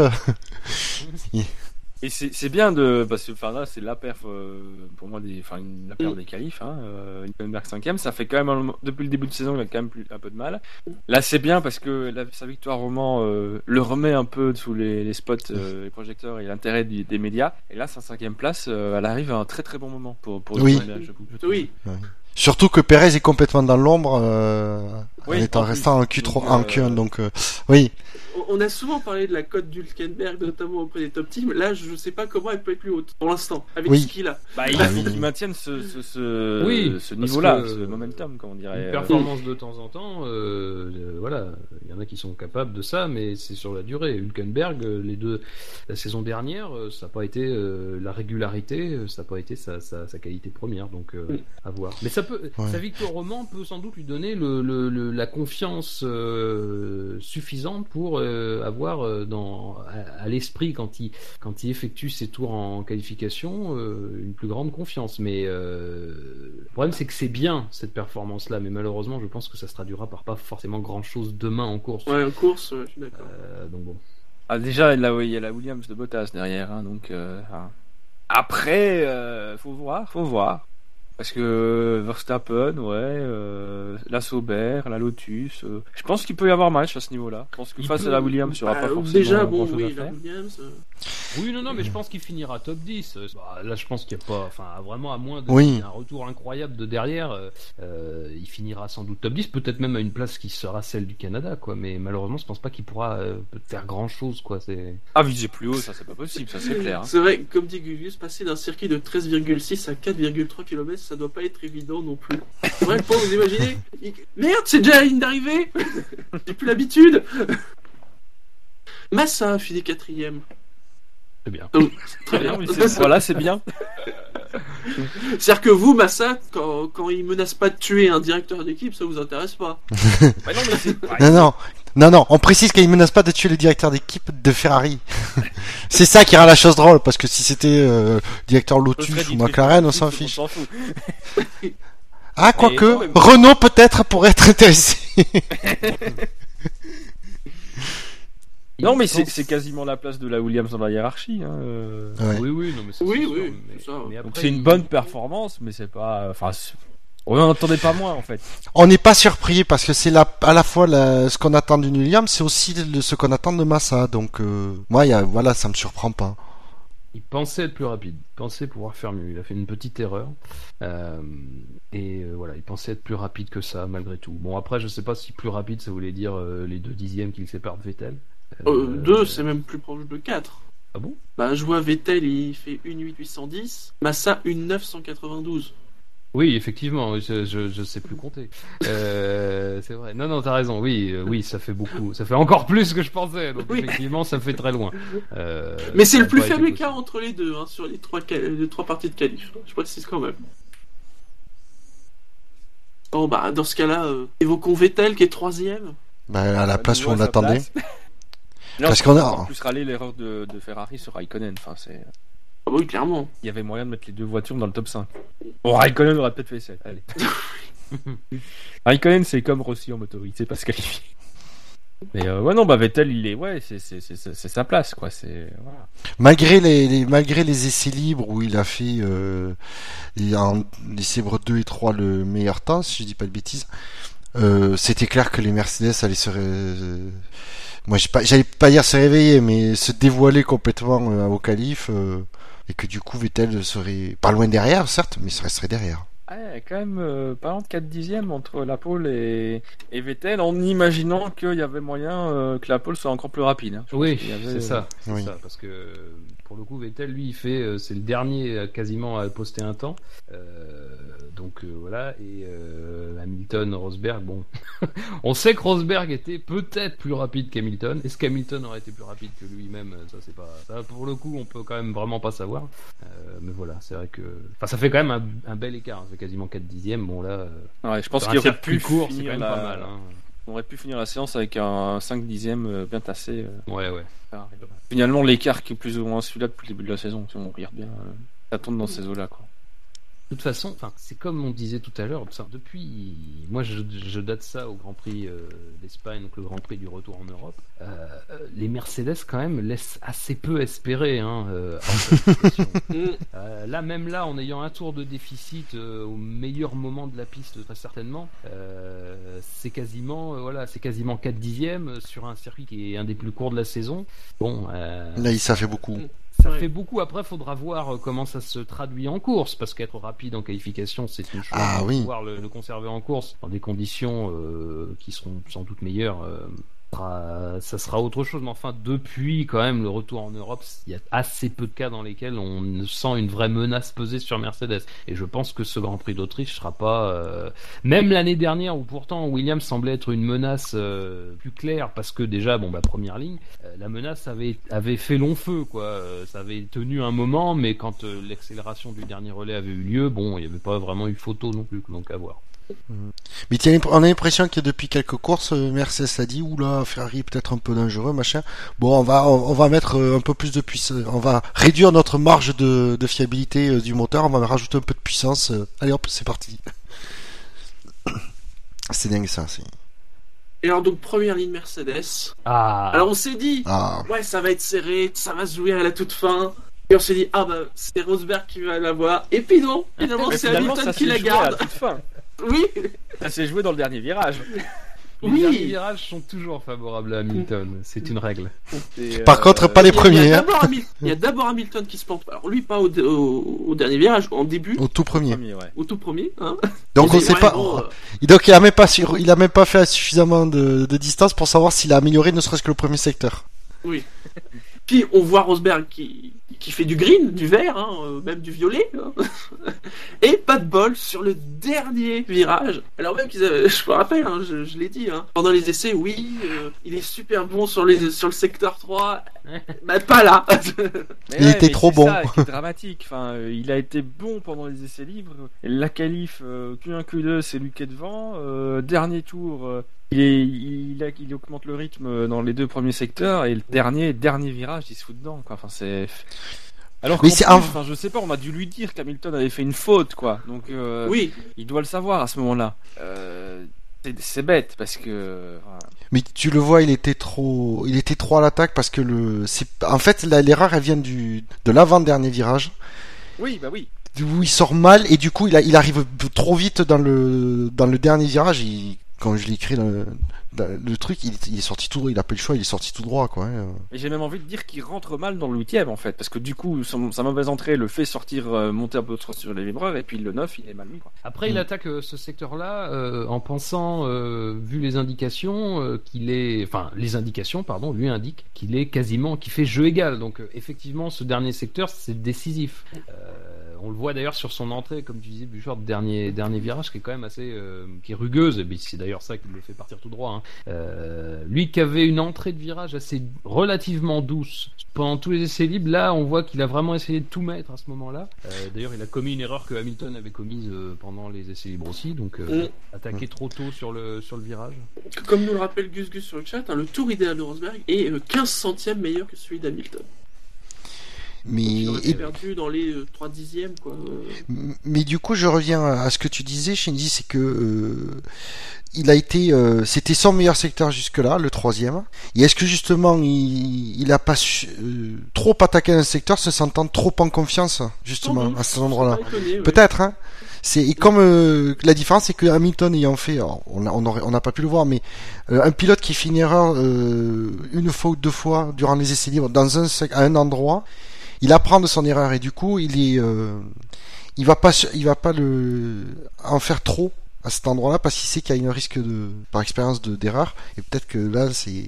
B: Et c'est bien parce que là c'est la perf pour moi la perf des qualifs, Hülkenberg 5ème, ça fait quand même depuis le début de saison il a quand même un peu de mal. Là c'est bien parce que sa victoire au Mans le remet un peu sous les spots, les projecteurs et l'intérêt des médias. Et là sa 5ème place, elle arrive à un très très bon moment pour
A: Hülkenberg,
C: oui. Surtout que Perez est complètement dans l'ombre en restant en Q3, en Q1, donc oui.
A: On a souvent parlé de la cote d'Hülkenberg, notamment auprès des top teams. Là, je sais pas comment elle peut être plus haute pour l'instant, avec ce qu'il a.
B: Il faut qu'il maintienne ce niveau-là, ce momentum, comme on dirait.
D: Une performance de temps en temps, voilà, il y en a qui sont capables de ça, mais c'est sur la durée. Hülkenberg, la saison dernière, ça n'a pas été la régularité, ça n'a pas été sa qualité première, donc à voir. Mais ça peut, sa victoire au Mans peut sans doute lui donner la confiance suffisante pour avoir à l'esprit quand il effectue ses tours en qualification une plus grande confiance. Mais le problème c'est que c'est bien cette performance là, mais malheureusement je pense que ça se traduira par pas forcément grand chose demain en course.
A: Ouais, en course, je suis d'accord.
D: Donc bon.
B: Déjà il y a la Williams de Bottas derrière, donc après faut voir. Parce que Verstappen, la Sauber, la Lotus, je pense qu'il peut y avoir match à ce niveau-là. Je pense que face à la Williams, il n'y aura pas forcément
A: déjà,
B: grand-chose à
A: la
B: faire.
A: Williams.
D: Oui, non, mais je pense qu'il finira top 10. Là, je pense qu'il n'y a pas, vraiment à moins de un retour incroyable de derrière, il finira sans doute top 10, peut-être même à une place qui sera celle du Canada, quoi. Mais malheureusement, je pense pas qu'il pourra faire grand-chose, quoi.
B: Viser plus haut, ça c'est pas possible, ça c'est clair.
A: C'est vrai, comme dit Guvius, passer d'un circuit de 13,6 à 4,3 km, ça doit pas être évident non plus. C'est vrai, vous imaginez, merde, c'est déjà la ligne d'arrivée. J'ai plus l'habitude. Massa a fini 4ème.
D: C'est bien.
A: Très bien.
B: Voilà, c'est bien.
A: C'est-à-dire que vous, Massa, quand il menace pas de tuer un directeur d'équipe, ça vous intéresse pas.
C: Non, on précise qu'il menace pas de tuer le directeur d'équipe de Ferrari. C'est ça qui rend la chose drôle, parce que si c'était directeur Lotus ou McLaren, on s'en fiche. Quoique, Renault peut-être pourrait être intéressé.
B: Non, mais c'est quasiment la place de la Williams dans la hiérarchie.
D: Oui, non, mais c'est
A: ça.
B: Donc c'est une bonne performance, mais c'est pas. On n'en attendait pas moins en fait.
C: On n'est pas surpris parce que c'est à la fois ce qu'on attend d'une Williams, c'est aussi ce qu'on attend de Massa. Donc moi, ça me surprend pas.
D: Il pensait être plus rapide, il pensait pouvoir faire mieux. Il a fait une petite erreur. Il pensait être plus rapide que ça malgré tout. Bon, après, je sais pas si plus rapide ça voulait dire les 2 dixièmes qu'il sépare de Vettel.
A: 2, c'est même plus proche de 4.
D: Ah bon ?
A: Je vois Vettel, il fait 1,810. Massa, 1,992.
D: Oui, effectivement, je sais plus compter. C'est vrai. Non, t'as raison. Oui, ça fait beaucoup. Ça fait encore plus que je pensais. Donc effectivement, ça fait très loin.
A: Mais c'est le plus faible écart entre les deux, sur les 3 parties de qualif. Je précise quand même. Bon, dans ce cas-là, évoquons Vettel qui est 3ème.
C: À la place où on l'attendait.
B: Parce qu'on a en plus râlé l'erreur de Ferrari sur Raikkonen.
A: Oui, clairement.
B: Il y avait moyen de mettre les 2 voitures dans le top 5. Bon, Raikkonen aurait peut-être fait 7. Allez. Raikkonen, c'est comme Rossi en moto, il sait pas se qualifier. Mais Vettel, il est, c'est sa place, quoi. Voilà.
C: Malgré les essais libres où il a fait les Sèvres 2 et 3 le meilleur temps, si je dis pas de bêtises, c'était clair que les Mercedes allaient moi j'allais pas dire se réveiller, mais se dévoiler complètement au qualif, et que du coup Vettel serait pas loin derrière, certes, mais ça resterait derrière.
B: Ouais, quand même pas loin de 4 dixièmes entre la pole et Vettel, en imaginant qu'il y avait moyen que la pole soit encore plus rapide. Hein.
D: Oui,
B: avait...
D: c'est ça, parce que pour le coup, Vettel, lui, c'est le dernier quasiment à poster un temps. Donc voilà, et Hamilton, Rosberg, bon, on sait que Rosberg était peut-être plus rapide qu'Hamilton. Est-ce qu'Hamilton aurait été plus rapide que lui-même? Ça, c'est pas ça. Pour le coup, on peut quand même vraiment pas savoir. Mais voilà, c'est vrai que, ça fait quand même un bel écart. Hein. C'est quasiment 4 dixièmes. Bon là,
B: ouais, je pense qu'il aurait pu
D: court, c'est quand même pas mal. Hein.
B: On aurait pu finir la séance avec un 5 dixièmes bien tassé.
D: Ouais.
B: Finalement, l'écart qui est plus ou moins celui-là depuis le début de la saison, si on regarde bien, ça tourne dans ces eaux-là, quoi.
D: De toute façon, c'est comme on disait tout à l'heure, depuis, moi je date ça au Grand Prix d'Espagne, donc le Grand Prix du retour en Europe, les Mercedes quand même laissent assez peu espérer, hein, là, même là, en ayant un tour de déficit au meilleur moment de la piste, très certainement, c'est quasiment 4 dixièmes sur un circuit qui est un des plus courts de la saison. Bon,
C: là, ça fait beaucoup.
D: Ça fait beaucoup. Après, faudra voir comment ça se traduit en course, parce qu'être rapide en qualification, c'est une chose. Pouvoir le conserver en course dans des conditions qui seront sans doute meilleures, ça sera autre chose. Mais enfin, depuis quand même le retour en Europe, il y a assez peu de cas dans lesquels on sent une vraie menace peser sur Mercedes. Et je pense que ce Grand Prix d'Autriche sera pas, même l'année dernière où pourtant Williams semblait être une menace plus claire, parce que déjà, première ligne, la menace avait fait long feu, quoi. Ça avait tenu un moment, mais quand l'accélération du dernier relais avait eu lieu, il n'y avait pas vraiment eu photo non plus, donc à voir.
C: Mais on a l'impression que depuis quelques courses, Mercedes a dit oula, Ferrari est peut-être un peu dangereux, machin. Bon, on va mettre un peu plus de puissance, on va réduire notre marge de fiabilité du moteur, on va rajouter un peu de puissance. Allez hop, c'est parti. C'est dingue ça.
A: Et alors donc première ligne Mercedes.
D: Ah.
A: Alors on s'est dit ouais, ça va être serré, ça va se jouer à la toute fin. Et on s'est dit c'est Rosberg qui va l'avoir. Et puis non, finalement c'est Hamilton qui la garde.
B: À la toute fin.
A: Oui.
B: Ça s'est joué dans le dernier virage.
D: Les derniers virages sont toujours favorables à Hamilton, c'est une règle.
C: Par contre, pas les premiers.
A: Il y a d'abord Hamilton qui se plante. Alors lui, pas au dernier virage, en début.
C: Au tout premier.
A: Au tout premier. Hein.
C: Donc on sait pas. Donc il a même pas fait suffisamment de distance pour savoir s'il a amélioré ne serait-ce que le premier secteur.
A: Oui. Puis on voit Rosberg qui fait du green, du vert, même du violet, et pas de bol sur le dernier virage. Alors même qu'ils avaient, je me rappelle, je l'ai dit, pendant les essais, il est super bon sur le secteur 3, mais pas là.
C: Il était trop bon.
B: C'est ça qui est dramatique. Enfin, il a été bon pendant les essais libres. La qualif Q1, Q2, c'est lui qui est devant. Dernier tour. Il augmente le rythme dans les deux premiers secteurs, et le dernier virage, il se fout dedans, quoi. Enfin, c'est. Alors que je sais pas, on a dû lui dire qu'Hamilton avait fait une faute, quoi. Donc
C: oui,
B: il doit le savoir à ce moment-là. C'est bête parce que.
C: Mais tu le vois, il était trop à l'attaque parce que en fait l'erreur elle vient de l'avant-dernier virage.
B: Oui, bah oui.
C: Où il sort mal et du coup il arrive trop vite dans le dernier virage. Quand je l'ai écrit le truc, il est sorti tout droit, il a pas eu le choix, il est sorti tout droit, quoi.
B: Et j'ai même envie de dire qu'il rentre mal dans le 8ème, en fait, parce que du coup, sa mauvaise entrée le fait monter un peu trop sur les vibreurs, et puis le 9, il est mal mis, quoi.
D: Après, il attaque ce secteur-là en pensant, vu les indications, les indications, lui indique qu'il est qui fait jeu égal. Donc, effectivement, ce dernier secteur, c'est décisif. On le voit d'ailleurs sur son entrée, comme tu disais, Bouchard, dernier virage, qui est quand même assez, qui est rugueuse. Et c'est d'ailleurs ça qui le fait partir tout droit. Lui qui avait une entrée de virage assez relativement douce pendant tous les essais libres, là, on voit qu'il a vraiment essayé de tout mettre à ce moment-là. D'ailleurs, il a commis une erreur que Hamilton avait commise pendant les essais libres aussi, donc attaquer trop tôt sur le virage.
A: Comme nous le rappelle Gus sur le chat, le tour idéal de Rosberg est 15 centièmes meilleur que celui d'Hamilton.
C: Mais
A: il aurait perdu dans les 3 dixièmes, quoi.
C: Mais du coup, je reviens à ce que tu disais, Shinji, c'est que il a été, c'était son meilleur secteur jusque-là, le 3e. Et est-ce que justement, il a pas trop attaqué un secteur, se sentant trop en confiance, justement, à cet endroit-là. Peut-être, hein. Et comme la différence, c'est que Hamilton ayant fait, on n'a pas pu le voir, mais un pilote qui fait une erreur une fois ou deux fois durant les essais libres à un endroit, il apprend de son erreur et du coup il il va pas en faire trop à cet endroit-là parce qu'il sait qu'il y a un risque par expérience d'erreur, et peut-être que là c'est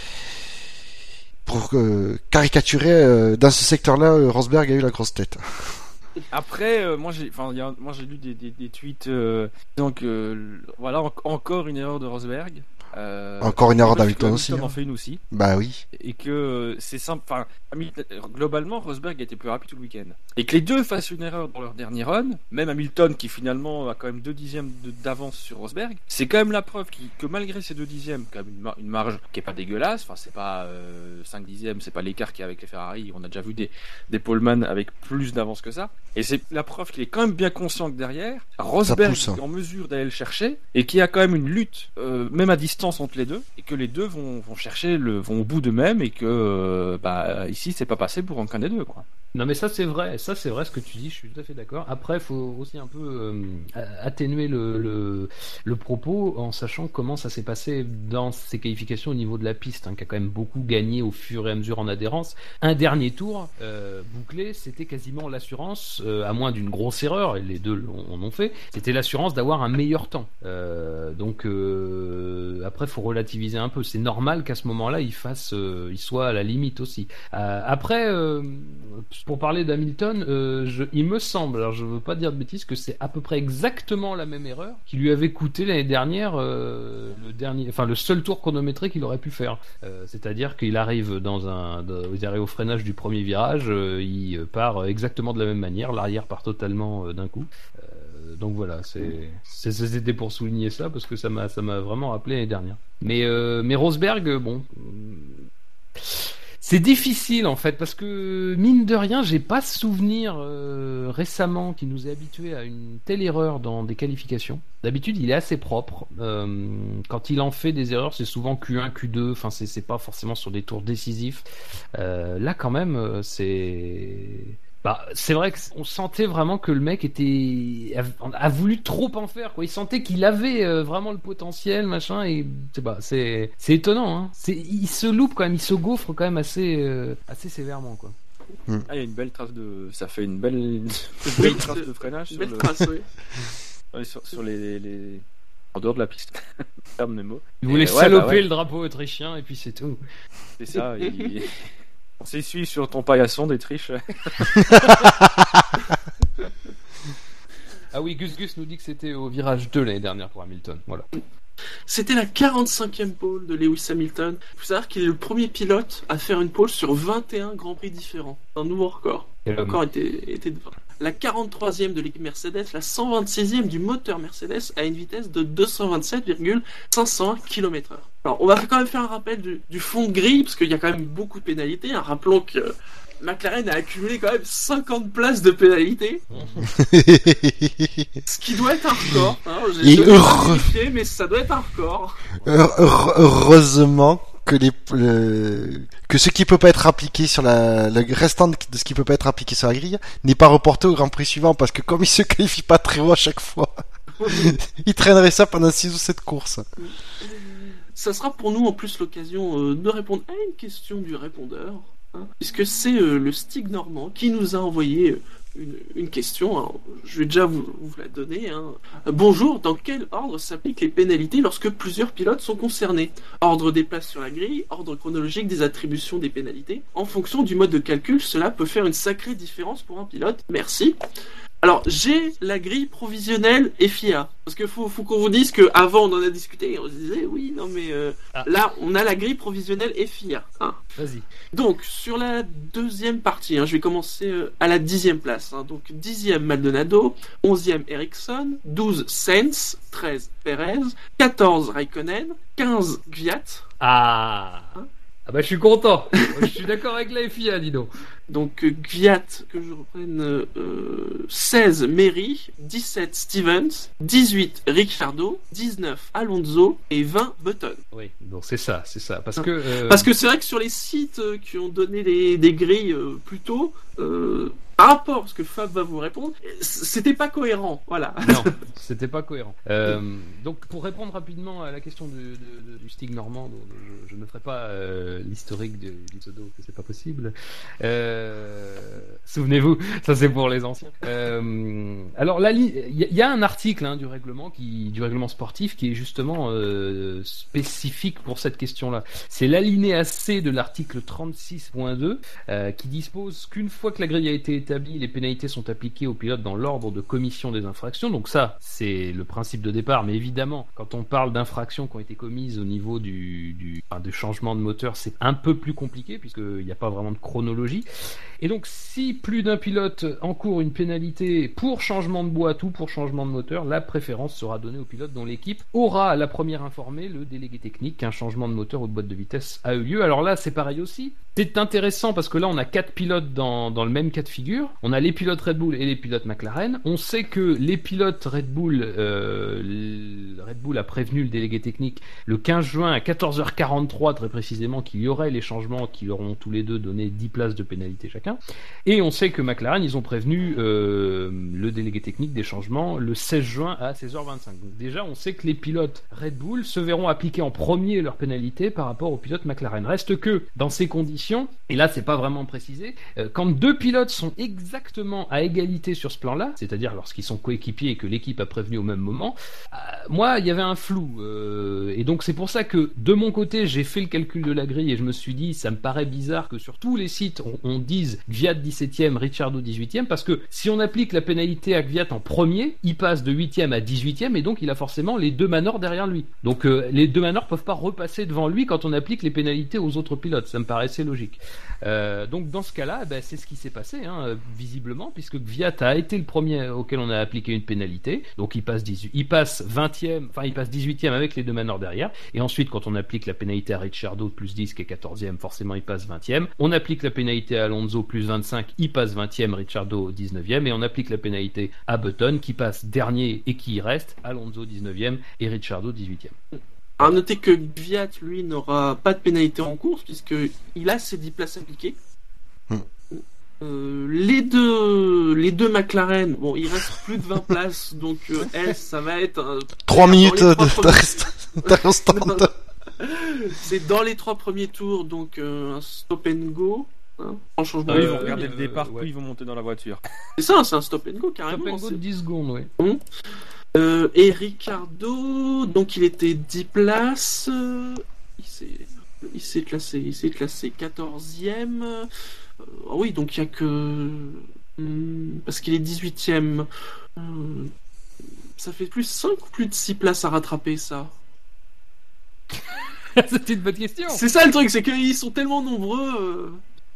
C: pour caricaturer dans ce secteur-là, Rosberg a eu la grosse tête.
B: Après, moi j'ai lu des tweets disant que voilà encore une erreur de Rosberg.
C: Encore une erreur d'Hamilton aussi.
B: Hamilton en fait une aussi.
C: Bah oui.
B: Et que c'est simple. Enfin, globalement, Rosberg a été plus rapide tout le week-end. Et que les deux fassent une erreur dans leur dernier run, même Hamilton qui finalement a quand même 2 dixièmes d'avance sur Rosberg, c'est quand même la preuve que malgré ces 2 dixièmes, quand même une marge qui est pas dégueulasse. Enfin, c'est pas 5 dixièmes, c'est pas l'écart qu'il y a avec les Ferrari. On a déjà vu des poleman avec plus d'avance que ça. Et c'est la preuve qu'il est quand même bien conscient que derrière, Rosberg est en mesure d'aller le chercher et qu'il y a quand même une lutte, même à distance entre les deux, et que les deux vont au bout d'eux-mêmes, et que ici c'est pas passé pour aucun des deux, quoi.
D: Non mais ça c'est vrai ce que tu dis, je suis tout à fait d'accord. Après il faut aussi un peu atténuer le propos en sachant comment ça s'est passé dans ces qualifications au niveau de la piste, qui a quand même beaucoup gagné au fur et à mesure en adhérence. Un dernier tour bouclé, c'était quasiment l'assurance, à moins d'une grosse erreur, et les deux en ont fait, c'était l'assurance d'avoir un meilleur temps. Donc après faut relativiser un peu, c'est normal qu'à ce moment-là il soit à la limite aussi. Après pour parler d'Hamilton, il me semble, alors je veux pas dire de bêtises, que c'est à peu près exactement la même erreur qui lui avait coûté l'année dernière le seul tour chronométré qu'il aurait pu faire. C'est-à-dire qu'il arrive au freinage du premier virage, il part exactement de la même manière, l'arrière part totalement d'un coup. Donc voilà, c'était pour souligner ça parce que ça m'a vraiment rappelé l'année dernière. Mais Rosberg, bon. C'est difficile en fait parce que mine de rien j'ai pas souvenir récemment qui nous est habitué à une telle erreur dans des qualifications. D'habitude il est assez propre, quand il en fait des erreurs c'est souvent Q1, Q2, enfin c'est pas forcément sur des tours décisifs. Là quand même c'est vrai qu'on sentait vraiment que le mec a voulu trop en faire, quoi. Il sentait qu'il avait vraiment le potentiel, machin, et c'est étonnant, hein. Il se loupe quand même, il se gaufre quand même assez sévèrement, quoi.
B: Il y a une belle trace ça fait une belle trace de freinage sur sur les en dehors de la piste. Ferme mes mots.
D: Il voulait saloper le drapeau autrichien et puis c'est tout.
B: C'est ça. On s'essuie sur ton paillasson d'Autriche.
D: Ah oui, Gus nous dit que c'était au virage 2 l'année dernière pour Hamilton. Voilà.
A: C'était la 45e pole de Lewis Hamilton. Il faut savoir qu'il est le premier pilote à faire une pole sur 21 Grands Prix différents. C'est un nouveau record. Le record était de 20. La 43e de l'équipe Mercedes, la 126e du moteur Mercedes à une vitesse de 227,501 km/h. Alors, on va quand même faire un rappel du fond de grille, parce qu'il y a quand même beaucoup de pénalités. Rappelons que McLaren a accumulé quand même 50 places de pénalités. Ce qui doit être un record. J'ai vérifié, mais ça doit être un record.
C: Heureusement que ce qui peut pas être appliqué sur le restant de ce qui peut pas être appliqué sur la grille n'est pas reporté au Grand Prix suivant, parce que comme il se qualifie pas très haut à chaque fois, il traînerait ça pendant 6 ou 7 courses.
A: Ça sera pour nous en plus l'occasion de répondre à une question du répondeur, puisque c'est le Stig Normand qui nous a envoyé une question. Alors, je vais déjà vous la donner. Bonjour, dans quel ordre s'appliquent les pénalités lorsque plusieurs pilotes sont concernés? Ordre des places sur la grille, ordre chronologique des attributions des pénalités. En fonction du mode de calcul, cela peut faire une sacrée différence pour un pilote. Merci. Alors, j'ai la grille provisionnelle FIA. Parce que faut qu'on vous dise qu'avant on en a discuté et on se disait oui, non mais là on a la grille provisionnelle FIA.
D: Vas-y.
A: Donc, sur la deuxième partie, je vais commencer à la 10e place. Donc, 10e Maldonado, 11e Ericsson, 12 Sainz, 13 Perez, 14 Raikkonen, 15 Kvyat.
D: Je suis content. Je suis d'accord avec la FIA, dis donc.
A: Donc Kvyat, que je reprenne, 16 Meri, 17 Stevens, 18 Ricciardo, 19 Alonso et 20 Button.
D: Oui, donc c'est ça. Parce que
A: c'est vrai que sur les sites qui ont donné des grilles plus tôt, par rapport à ce que Fab va vous répondre, c'était pas cohérent, voilà.
D: Non, c'était pas cohérent. Donc, pour répondre rapidement à la question du Stig normand, je ne ferai pas l'historique du pseudo, que c'est pas possible. Souvenez-vous, ça c'est pour les anciens. Alors, il y a un article du règlement sportif qui est justement spécifique pour cette question-là. C'est l'alinéa C de l'article 36.2 qui dispose qu'une fois que la grille a été établie, les pénalités sont appliquées aux pilotes dans l'ordre de commission des infractions. Donc ça, c'est le principe de départ. Mais évidemment, quand on parle d'infractions qui ont été commises au niveau du changement de moteur, c'est un peu plus compliqué puisqu'il n'y a pas vraiment de chronologie. Et donc, si plus d'un pilote encourt une pénalité pour changement de boîte ou pour changement de moteur, la préférence sera donnée au pilote dont l'équipe aura à la première informé le délégué technique qu'un changement de moteur ou de boîte de vitesse a eu lieu. Alors là, c'est pareil aussi. C'est intéressant parce que là, on a 4 pilotes dans le même cas de figure. On a les pilotes Red Bull et les pilotes McLaren. On sait que les pilotes Red Bull a prévenu le délégué technique le 15 juin à 14h43 très précisément qu'il y aurait les changements qui leur ont tous les deux donné 10 places de pénalité chacun. Et on sait que McLaren, ils ont prévenu le délégué technique des changements le 16 juin à 16h25. Donc déjà, on sait que les pilotes Red Bull se verront appliquer en premier leur pénalité par rapport aux pilotes McLaren. Reste que, dans ces conditions, et là c'est pas vraiment précisé, quand deux pilotes sont exactement à égalité sur ce plan-là, c'est-à-dire lorsqu'ils sont coéquipiers et que l'équipe a prévenu au même moment, moi il y avait un flou, et donc c'est pour ça que de mon côté j'ai fait le calcul de la grille et je me suis dit ça me paraît bizarre que sur tous les sites on dise Kvyat 17ème, Ricciardo 18ème, parce que si on applique la pénalité à Kvyat en premier, il passe de 8ème à 18ème et donc il a forcément les deux Manor derrière lui. Donc les deux Manor peuvent pas repasser devant lui quand on applique les pénalités aux autres pilotes, ça me paraissait logique. Donc dans ce cas-là, c'est ce qui s'est passé visiblement, puisque Kvyat a été le premier auquel on a appliqué une pénalité. Donc il passe 18ème avec les deux Manor derrière. Et ensuite, quand on applique la pénalité à Ricciardo plus 10 qui est 14ème, forcément il passe 20ème. On applique la pénalité à Alonso plus 25, il passe 20ème, Ricciardo 19ème. Et on applique la pénalité à Button qui passe dernier et qui y reste, Alonso 19ème et Ricciardo 18ème.
A: À noter que Kvyat, lui, n'aura pas de pénalité en course, puisqu'il a ses 10 places appliquées. Les deux McLaren, bon, il reste plus de 20 places, donc ça va être...
C: 3 minutes de restant.
A: C'est dans les 3 premiers tours, donc un stop and go. En changement
B: ils vont regarder le départ, puis ils vont monter dans la voiture.
A: C'est ça, c'est un stop and go, carrément.
D: Stop and go de 10 secondes, oui.
A: Et Ricciardo, donc il était 10 places, il s'est classé 14ème. Oui, donc il y a que... parce qu'il est 18ème. Ça fait plus 5 ou plus de 6 places à rattraper, ça.
D: C'était une bonne question.
A: C'est ça le truc, c'est qu'ils sont tellement nombreux...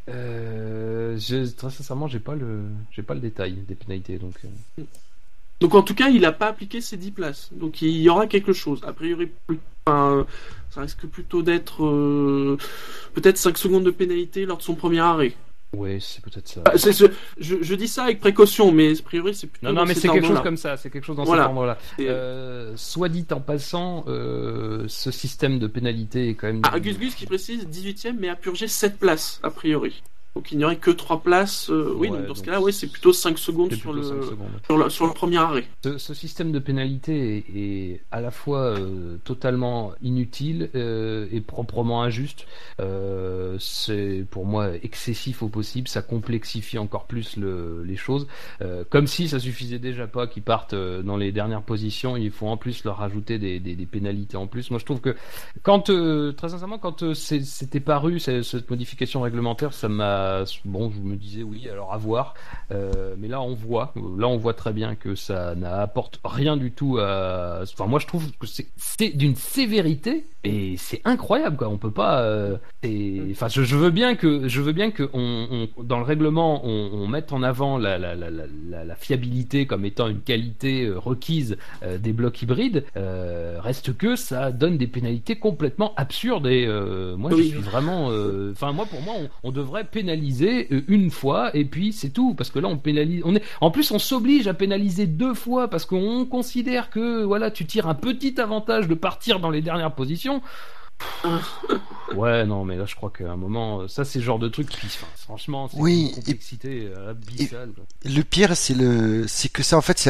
D: très sincèrement, j'ai pas le détail des pénalités, donc...
A: Donc en tout cas, il n'a pas appliqué ses 10 places. Donc il y aura quelque chose. A priori, ça risque plutôt d'être peut-être 5 secondes de pénalité lors de son premier arrêt.
D: Ouais, c'est peut-être ça.
A: Je dis ça avec précaution, mais a priori c'est plutôt...
D: Non, mais c'est quelque chose comme ça. C'est quelque chose dans cet ordre-là.
A: Et...
D: soit dit en passant, ce système de pénalité est quand même...
A: Gus qui précise 18ème, mais a purgé 7 places, a priori. Donc il n'y aurait que 3 places. Oui, donc dans ce cas-là, c'est plutôt 5 secondes sur le premier arrêt.
D: Ce système de pénalité est à la fois totalement inutile et proprement injuste. C'est pour moi excessif au possible. Ça complexifie encore plus les choses. Comme si ça suffisait déjà pas qu'ils partent dans les dernières positions. Il faut en plus leur rajouter des pénalités en plus. Moi, je trouve que très sincèrement, quand c'était paru cette modification réglementaire, ça m'a... Bon, je me disais oui, alors à voir. Mais là, on voit très bien que ça n'apporte rien du tout à... Enfin, moi, je trouve que c'est d'une sévérité et c'est incroyable, quoi. On peut pas... Enfin, je veux bien que on dans le règlement, on mette en avant la fiabilité comme étant une qualité requise des blocs hybrides. Reste que ça donne des pénalités complètement absurdes et moi, je suis vraiment... Enfin, moi, pour moi, on devrait pénaliser une fois et puis c'est tout, parce que là on pénalise, en plus on s'oblige à pénaliser 2 fois parce qu'on considère que voilà, tu tires un petit avantage de partir dans les dernières positions. Ouais, non, mais là, je crois qu'à un moment, ça, c'est le genre de truc qui, franchement, c'est
C: Oui,
D: une complexité abyssale.
C: Le pire, c'est que ça, en fait,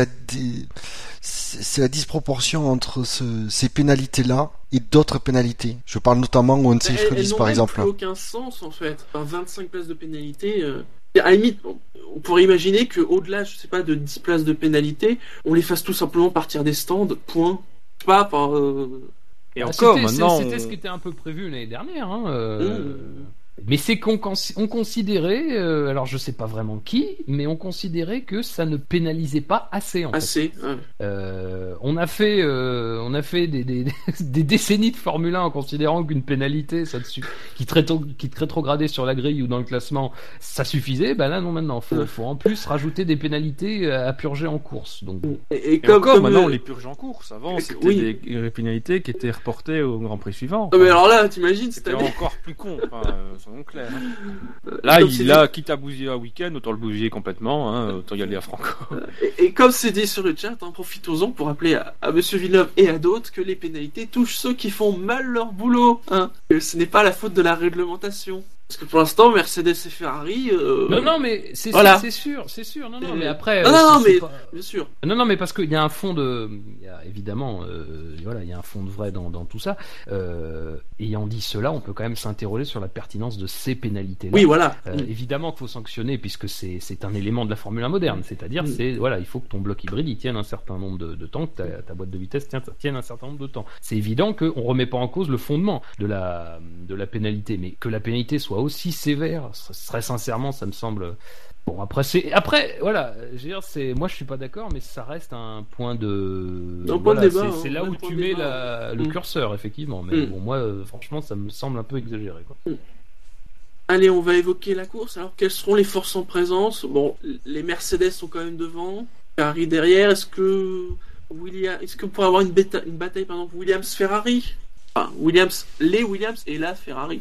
C: c'est la disproportion entre ces pénalités-là et d'autres pénalités. Je parle notamment au Unsafe Release, par exemple.
A: Elles n'ont aucun sens, en fait. Enfin, 25 places de pénalité. À la limite, on pourrait imaginer qu'au-delà, je sais pas, de 10 places de pénalité, on les fasse tout simplement partir des stands, point. Je sais pas,
B: Et encore, maintenant...
D: C'était ce qui était un peu prévu l'année dernière, Mais c'est qu'on considérait, alors je sais pas vraiment qui, mais on considérait que ça ne pénalisait pas assez. Ouais. On a fait des décennies de Formule 1 en considérant qu'une pénalité, qui te rétrogradait sur la grille ou dans le classement, ça suffisait. Ben là non, maintenant faut en plus rajouter des pénalités à purger en course. Donc
B: et comme maintenant on les purge en course. Avant c'était des pénalités qui étaient reportées au Grand Prix suivant.
A: Mais alors là, t'imagines,
B: c'était encore plus con. Soyons clairs. Là, quitte à bousiller un week-end, autant le bousiller complètement, autant y aller à Franco.
A: Et comme c'est dit sur le chat, profitons-en pour rappeler à Monsieur Villeneuve et à d'autres que les pénalités touchent ceux qui font mal leur boulot, que ce n'est pas la faute de la réglementation. Parce que pour l'instant, Mercedes et Ferrari.
D: Non, mais c'est sûr. Non, mais après.
A: Mais bien sûr.
D: Non, mais parce qu'il y a un fond de. Évidemment, il y a un fond de vrai dans tout ça. Ayant dit cela, on peut quand même s'interroger sur la pertinence de ces pénalités-là.
A: Oui, voilà.
D: Évidemment qu'il faut sanctionner puisque c'est un élément de la Formule 1 moderne. C'est-à-dire, il faut que ton bloc hybride il tienne un certain nombre de temps, que ta boîte de vitesse tienne un certain nombre de temps. C'est évident qu'on remet pas en cause le fondement de la pénalité, mais que la pénalité soit aussi sévère, très sincèrement, ça me semble. Bon, après, voilà, je veux dire, moi je suis pas d'accord, mais ça reste un point de.
A: Point de débat.
D: C'est là où tu mets le curseur, effectivement. Mais bon, moi, franchement, ça me semble un peu exagéré, quoi.
A: Allez, on va évoquer la course. Alors, quelles seront les forces en présence? Bon, les Mercedes sont quand même devant, Ferrari derrière. Est-ce que on pourrait avoir une bataille, par exemple, Williams-Ferrari? Enfin, les Williams et la Ferrari.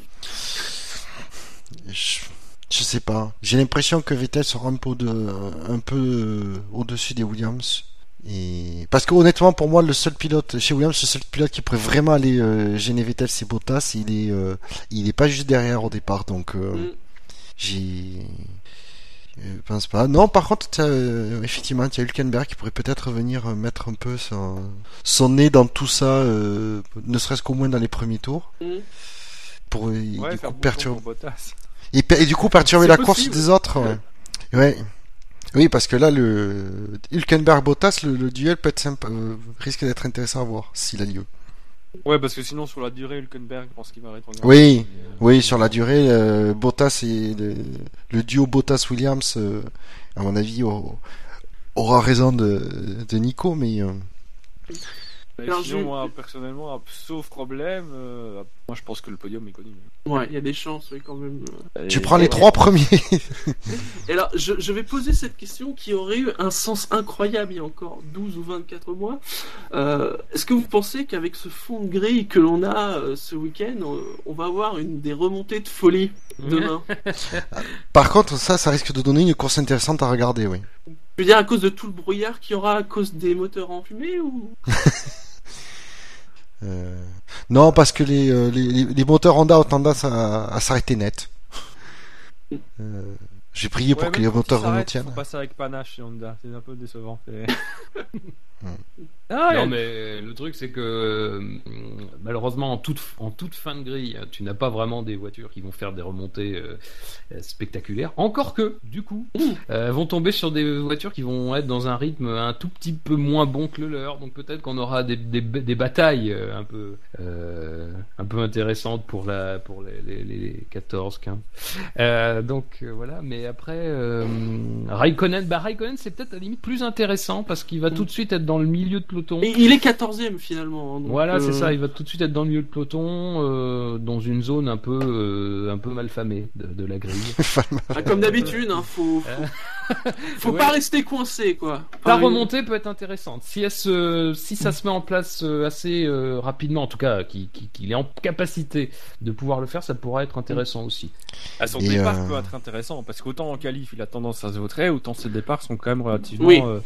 C: Je sais pas. J'ai l'impression que Vettel sera un peu au-dessus des Williams. Et parce que honnêtement, pour moi, le seul pilote chez Williams, le seul pilote qui pourrait vraiment aller gêner Vettel, c'est Bottas. Il est pas juste derrière au départ, donc je pense pas. Non, par contre, effectivement, il y a Hülkenberg qui pourrait peut-être venir mettre un peu son nez dans tout ça, ne serait-ce qu'au moins dans les premiers tours. Pour perturber et du coup perturber la course des autres. Ouais. Oui, parce que là le Hülkenberg Bottas, le duel peut être sympa, risque d'être intéressant à voir s'il a lieu.
B: Ouais, parce que sinon sur la durée Hülkenberg je pense qu'il va rétrograder.
C: Oui, sur la durée Bottas et le duo Bottas Williams à mon avis aura raison de Nico, mais
B: sinon, moi, personnellement, sauf problème, moi je pense que le podium est connu.
A: Ouais, il y a des chances, oui, quand même.
C: Tu prends les 3 premiers.
A: Et alors, je vais poser cette question qui aurait eu un sens incroyable il y a encore 12 ou 24 mois. Est-ce que vous pensez qu'avec ce fond de grille que l'on a ce week-end, on va avoir des remontées de folie demain?
C: Par contre, ça risque de donner une course intéressante à regarder, oui.
A: Tu veux dire à cause de tout le brouillard qu'il y aura à cause des moteurs enfumés ou
C: Non, parce que les moteurs Honda ont tendance à s'arrêter net. J'ai prié pour que les moteurs Renault tiennent.
B: Faut passer avec panache chez Honda, c'est un peu décevant.
D: Non, mais le truc c'est que malheureusement en toute fin de grille, tu n'as pas vraiment des voitures qui vont faire des remontées spectaculaires. Encore que, du coup, vont tomber sur des voitures qui vont être dans un rythme un tout petit peu moins bon que le leur. Donc peut-être qu'on aura des batailles un peu intéressantes pour les 14, 15. Donc voilà. Mais après, Raikkonen c'est peut-être à la limite plus intéressant parce qu'il va tout de suite être dans le milieu de peloton.
A: Et il est 14e finalement. Donc
D: voilà, c'est ça. Il va tout de suite être dans le milieu de peloton, dans une zone un peu malfamée de la grille.
A: Comme d'habitude, faut pas rester coincé, quoi.
D: La remontée peut être intéressante si ça se met en place assez rapidement, en tout cas, qu'il est en capacité de pouvoir le faire, ça pourra être intéressant aussi.
B: À son départ peut être intéressant parce qu'autant en qualif il a tendance à se vautrer, autant ses départs sont quand même relativement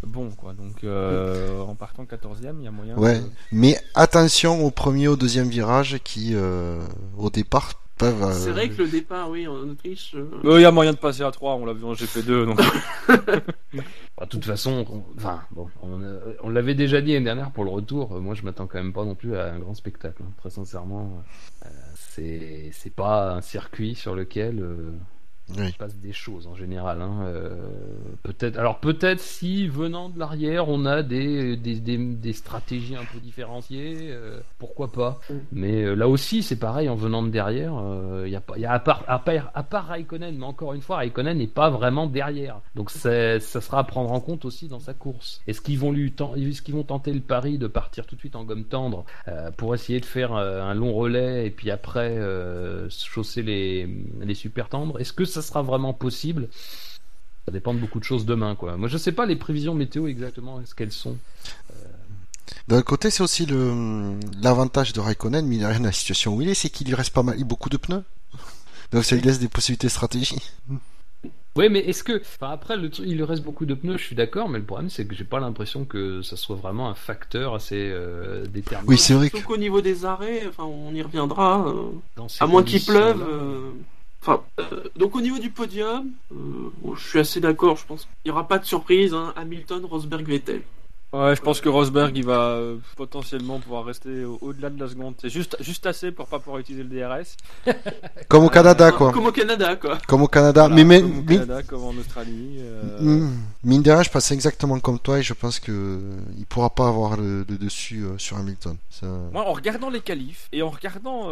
B: bon, quoi. Donc, en partant 14e, il y a moyen.
C: Ouais, mais attention au premier, au deuxième virage qui, au départ, peuvent.
A: C'est vrai que le départ, oui, en Autriche.
B: Il y a moyen de passer à 3, on l'a vu en GP2. Donc...
D: De toute façon, on l'avait déjà dit l'année dernière pour le retour. Moi, je m'attends quand même pas non plus à un grand spectacle. Hein. Très sincèrement, c'est pas un circuit sur lequel il se passe des choses en général. Hein. Peut-être si venant de l'arrière, on a des stratégies un peu différenciées, pourquoi pas. Mais là aussi, c'est pareil, en venant de derrière, à part Raikkonen, mais encore une fois, Raikkonen n'est pas vraiment derrière. Donc ça sera à prendre en compte aussi dans sa course. Est-ce qu'ils vont tenter le pari de partir tout de suite en gomme tendre pour essayer de faire un long relais et puis après chausser les super tendres? Est-ce que ça sera vraiment possible? Ça dépend de beaucoup de choses demain, quoi. Moi, je sais pas les prévisions météo exactement, est-ce qu'elles sont.
C: D'un côté, c'est aussi l'avantage de Raikkonen, mais il n'y a rien dans la situation où il est, c'est qu'il lui reste beaucoup de pneus. Donc ça lui laisse des possibilités de stratégie.
D: Oui, mais est-ce que... après, il lui reste beaucoup de pneus, je suis d'accord, mais le problème, c'est que j'ai pas l'impression que ça soit vraiment un facteur assez déterminant.
C: Oui, c'est vrai
A: que... Surtout qu'au niveau des arrêts, on y reviendra, à moins qu'il pleuve... donc au niveau du podium, je suis assez d'accord, je pense qu'il n'y aura pas de surprise, hein, Hamilton, Rosberg, Vettel.
B: Ouais, je pense que Rosberg il va potentiellement pouvoir rester au-delà de la seconde. C'est juste assez pour pas pouvoir utiliser le DRS.
C: Comme au Canada, quoi.
A: Comme au Canada, quoi.
C: Comme au Canada,
B: voilà, comme au Canada, comme en Australie.
C: Mine de rien, je pense exactement comme toi et je pense que il pourra pas avoir le dessus sur Hamilton. Ça...
B: Moi, en regardant les qualifs et en regardant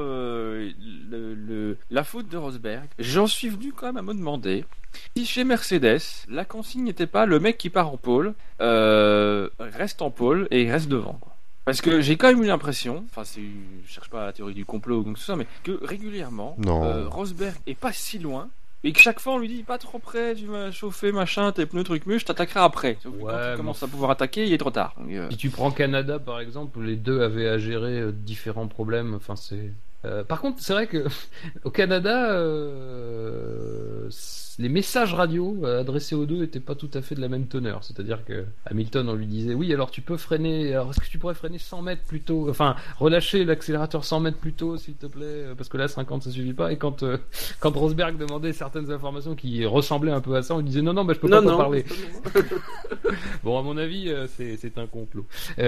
B: la faute de Rosberg, j'en suis venu quand même à me demander si chez Mercedes, la consigne n'était pas le mec qui part en pole, reste en pole et reste devant. Quoi. Parce que j'ai quand même eu l'impression, je cherche pas la théorie du complot ou quelque chose, mais que régulièrement, Rosberg est pas si loin. Et que chaque fois on lui dit pas trop près, tu vas chauffer machin, tes pneus truc je t'attaquerai après. Sauf que quand tu commences à pouvoir attaquer, il est trop tard. Donc,
D: Si tu prends Canada par exemple, les deux avaient à gérer différents problèmes. Par contre, c'est vrai que au Canada, les messages radio adressés aux deux n'étaient pas tout à fait de la même teneur. C'est-à-dire que Hamilton, on lui disait oui, alors tu peux freiner. Alors est-ce que tu pourrais freiner 100 mètres plus tôt? Enfin, relâcher l'accélérateur 100 mètres plus tôt, s'il te plaît, parce que là 50 ça suffit pas. Et quand Rosberg demandait certaines informations qui ressemblaient un peu à ça, on lui disait non, je peux pas t'en parler. Bon, à mon avis, c'est un complot.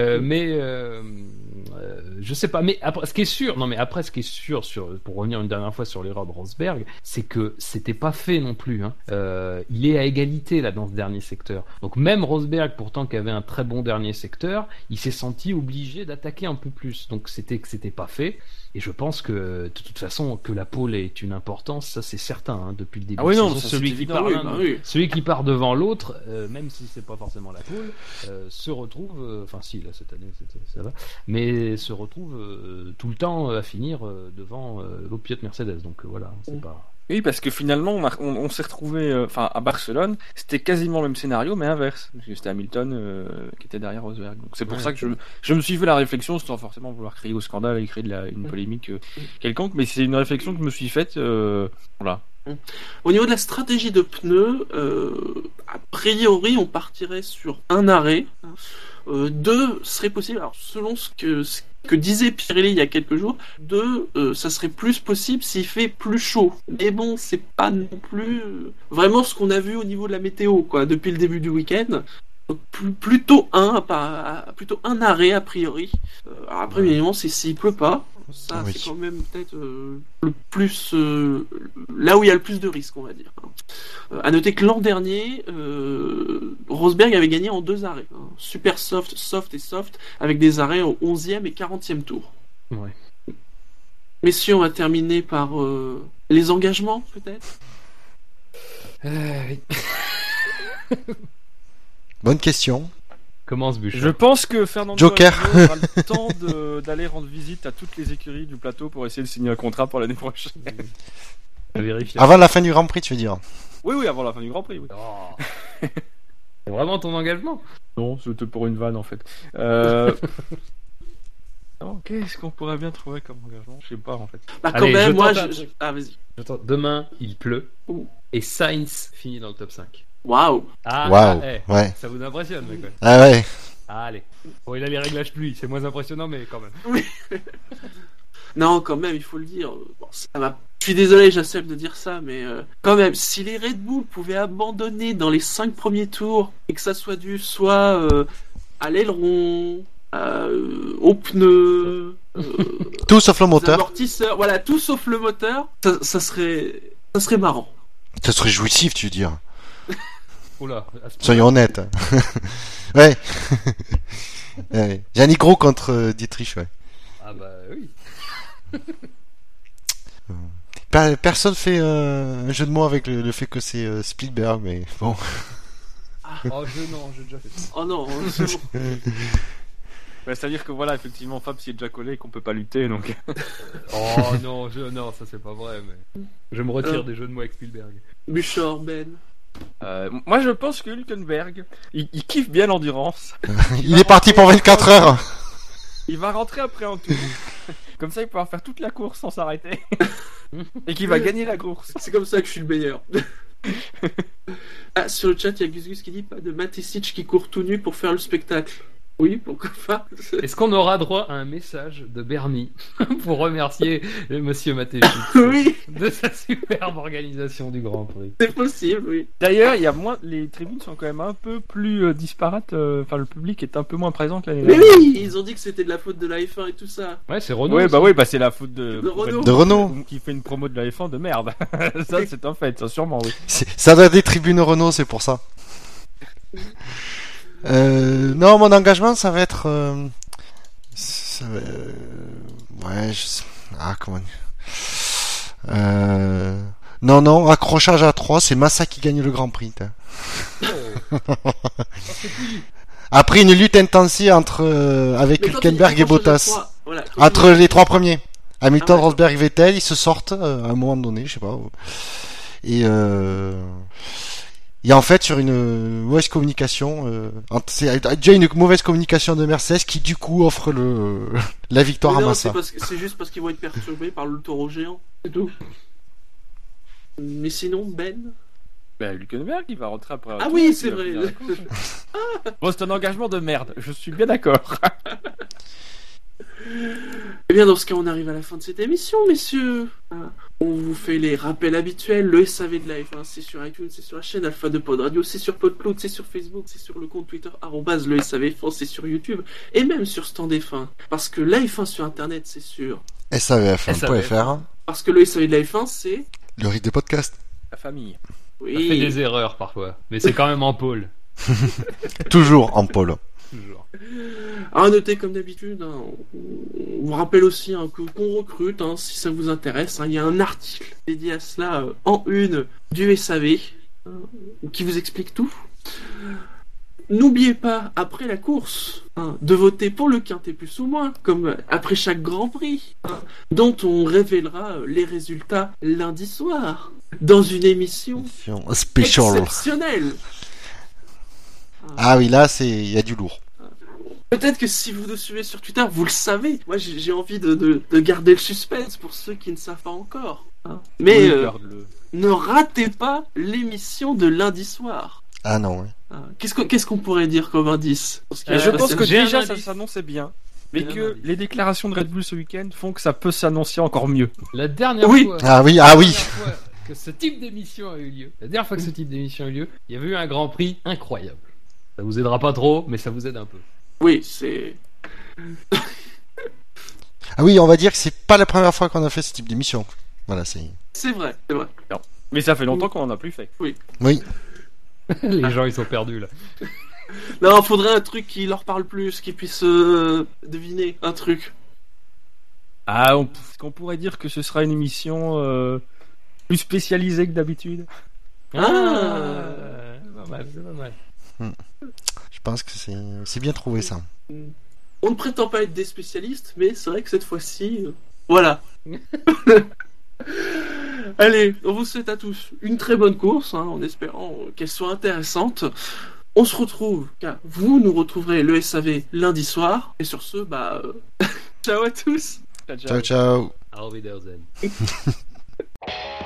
D: Je sais pas. Mais après, ce qui est sûr, pour revenir une dernière fois sur l'erreur de Rosberg, c'est que c'était pas fait non plus. Hein. Il est à égalité là dans ce dernier secteur. Donc même Rosberg, pourtant qui avait un très bon dernier secteur, il s'est senti obligé d'attaquer un peu plus. Donc c'était pas fait. Et je pense que de toute façon que la pole ait une importance, ça c'est certain hein, depuis le début.
B: Ah oui, non,
D: celui qui part devant l'autre, même si c'est pas forcément la pole, se retrouve, si là cette année ça va, mais se retrouve tout le temps à finir devant l'autre pilote Mercedes. Donc voilà, c'est pas.
B: Oui, parce que finalement, on s'est retrouvé, à Barcelone, c'était quasiment le même scénario, mais inverse. Parce que c'était Hamilton qui était derrière Rosberg. Donc c'est pour ça que je me suis fait la réflexion, sans forcément vouloir crier au scandale et créer une polémique quelconque, mais c'est une réflexion que je me suis faite, voilà.
A: Au niveau de la stratégie de pneus, a priori, on partirait sur un arrêt. 2 serait possible. Alors, selon ce que disait Pirelli il y a quelques jours, 2, ça serait plus possible s'il fait plus chaud. Mais bon, c'est pas non plus vraiment ce qu'on a vu au niveau de la météo, quoi, depuis le début du week-end. Donc, plutôt un arrêt a priori. Alors après, évidemment, c'est s'il pleut pas. Ça, oui. C'est quand même peut-être le plus là où il y a le plus de risques, on va dire. À noter que l'an dernier, Rosberg avait gagné en 2 arrêts. Super soft, soft et soft, avec des arrêts au 11e et 40e tour.
D: Ouais.
A: Messieurs, on va terminer par les engagements, peut-être.
D: Oui.
C: Bonne question.
D: Commence Bouchard.
B: Je pense que Fernando
C: Joker
B: aura le temps d'aller rendre visite à toutes les écuries du plateau pour essayer de signer un contrat pour l'année prochaine.
C: Avant la fin du Grand Prix, tu veux dire?
B: Oui, avant la fin du Grand Prix. Oui.
D: Oh. C'est vraiment ton engagement?
B: Non, c'était pour une vanne en fait. Qu'est-ce qu'on pourrait bien trouver comme engagement? Je sais pas en fait.
A: Quand même, moi, vas-y.
D: Demain, il pleut et Sainz finit dans le top 5.
A: Waouh.
C: Waouh. Ouais.
D: Ça vous impressionne, mec.
C: Ah ouais.
D: Ah, allez. Bon, il a les réglages pluie, c'est moins impressionnant, mais quand même.
A: Oui. Non, quand même, il faut le dire. Bon, ça va. Je suis désolé, j'accepte de dire ça, mais quand même, si les Red Bull pouvaient abandonner dans les 5 premiers tours et que ça soit dû soit à l'aileron, aux pneus,
C: tout sauf le
A: aux
C: moteur.
A: amortisseurs, voilà, tout sauf le moteur, ça serait marrant.
C: Ça serait jouissif, tu veux dire.
D: Oula.
C: Soyons honnêtes. Ouais. Ouais. Yannick Gros contre Dietrich, ouais.
D: Ah bah oui.
C: Personne fait un jeu de mots avec le fait que c'est Spielberg, mais bon.
D: Oh, j'ai déjà fait ça.
A: Oh non, c'est bon.
B: C'est-à-dire que voilà, effectivement, Fab s'y est déjà collé et qu'on peut pas lutter, donc.
D: Oh non, ça c'est pas vrai, mais je me retire des jeux de mots avec Spielberg.
A: Bouchard, Ben.
B: Moi je pense que Hülkenberg, il kiffe bien l'endurance.
C: Il est parti pour 24 heures.
B: Il va rentrer après un tour. Comme ça, il pourra faire toute la course sans s'arrêter. Et qu'il va gagner la course.
A: C'est comme ça que je suis le meilleur. Ah, sur le chat, il y a Gus Gus qui dit pas de Matisic qui court tout nu pour faire le spectacle. Oui, pourquoi pas.
D: Est-ce qu'on aura droit à un message de Bernie pour remercier Monsieur Matej
A: Oui,
D: de sa superbe organisation du Grand Prix?
A: c'est possible, oui.
B: D'ailleurs, il y a moins, les tribunes sont quand même un peu plus disparates. Enfin, le public est un peu moins présent que l'année
A: Mais
B: dernière.
A: oui, ils ont dit que c'était de la faute de la F1 et tout ça.
D: Ouais, c'est Renault.
B: Ouais,
D: aussi.
B: bah c'est la faute de
A: Renault.
C: De Renault.
B: qui fait une promo de la F1 de merde. Ça, c'est un fait, ça sûrement, oui.
C: Ça doit être des tribunes Renault, c'est pour ça. Non, mon engagement, ça va être. Ouais, comment dire. Non, accrochage à 3, c'est Massa qui gagne le Grand Prix. Après une lutte intensive avec
A: Mais quand
C: Hülkenberg
A: il
C: et
A: accroche à
C: Bottas.
A: trois, voilà, quand
C: Entre
A: il-
C: les 3 premiers. Hamilton,
A: Ah ouais.
C: Rosberg, Vettel, ils se sortent à un moment donné, je sais pas. Et en fait sur une mauvaise communication, c'est déjà une mauvaise communication de Mercedes qui du coup offre la victoire
A: Mais
C: à
A: non,
C: Massa.
A: c'est juste parce qu'ils vont être perturbés par le taureau géant, c'est tout. Mais sinon, Ben.
B: Bah, Hülkenberg, il va rentrer après un
A: Ah
B: tour,
A: oui,
B: il
A: c'est
B: va
A: vrai.
B: finir la course. Bon, c'est un engagement de merde, je suis bien d'accord.
A: Eh bien, dans ce cas, on arrive à la fin de cette émission, messieurs. On vous fait les rappels habituels. Le SAV de la F1, c'est sur iTunes, c'est sur la chaîne Alpha de Pod Radio, c'est sur PodCloud, c'est sur Facebook, c'est sur le compte Twitter, @le SAVF1, c'est sur YouTube, et même sur Stand F1. Parce que la F1 sur Internet, c'est sur...
C: SAVF1.fr,
A: Parce que le SAV de la F1, c'est...
C: le rythme des podcasts.
B: La famille.
D: Ça fait
A: Oui,
D: des erreurs parfois, mais c'est quand même en pôle.
C: Toujours en pôle.
D: Toujours.
A: à noter comme d'habitude, hein, on vous rappelle aussi hein, qu'on recrute, hein, si ça vous intéresse. Hein, il y a un article dédié à cela en une du SAV qui vous explique tout. N'oubliez pas, après la course, hein, de voter pour le quintet plus ou moins, comme après chaque Grand Prix, hein, dont on révélera les résultats lundi soir, dans une émission
C: Special.
A: exceptionnelle.
C: Ah oui, là, il y a du lourd.
A: Peut-être que si vous nous suivez sur Twitter, vous le savez. Moi, j'ai envie de garder le suspense pour ceux qui ne savent pas encore. Hein. Mais
B: Oui, garde-le.
A: ne ratez pas l'émission de lundi soir.
C: Ah non, ouais.
A: Hein. Qu'est-ce qu'on pourrait dire comme indice? Parce qu'il y a-
B: Je pense que
D: j'ai un
B: déjà ça
D: indice.
B: s'annonçait bien, mais
A: J'ai un
B: que
A: indice.
B: les déclarations de Red Bull ce week-end font que ça peut s'annoncer encore mieux.
D: La dernière
A: Oui.
D: fois.
C: Ah oui.
D: La dernière fois que ce type d'émission a eu lieu. La dernière fois que ce type d'émission a eu lieu, il y avait eu un Grand Prix incroyable. Ça vous aidera pas trop, mais ça vous aide un peu.
A: Oui, c'est...
C: Ah oui, on va dire que c'est pas la première fois qu'on a fait ce type d'émission. Voilà, c'est.
A: C'est vrai, c'est vrai.
B: Mais ça fait longtemps qu'on en a plus fait.
C: Oui.
D: Les gens ils sont perdus là.
A: Non, faudrait un truc qui leur parle plus, qui puisse deviner un truc.
B: Ah, est-ce qu'on pourrait dire que ce sera une émission plus spécialisée que d'habitude?
D: Pas mal, c'est pas mal.
C: Je pense que c'est bien trouvé ça.
A: On ne prétend pas être des spécialistes, mais c'est vrai que cette fois-ci... voilà. Allez, on vous souhaite à tous une très bonne course, hein, en espérant qu'elle soit intéressante. On se retrouve, car vous nous retrouverez le SAV lundi soir. Et sur ce, ciao à tous.
C: Ciao, ciao.
D: Auf Wiedersehen.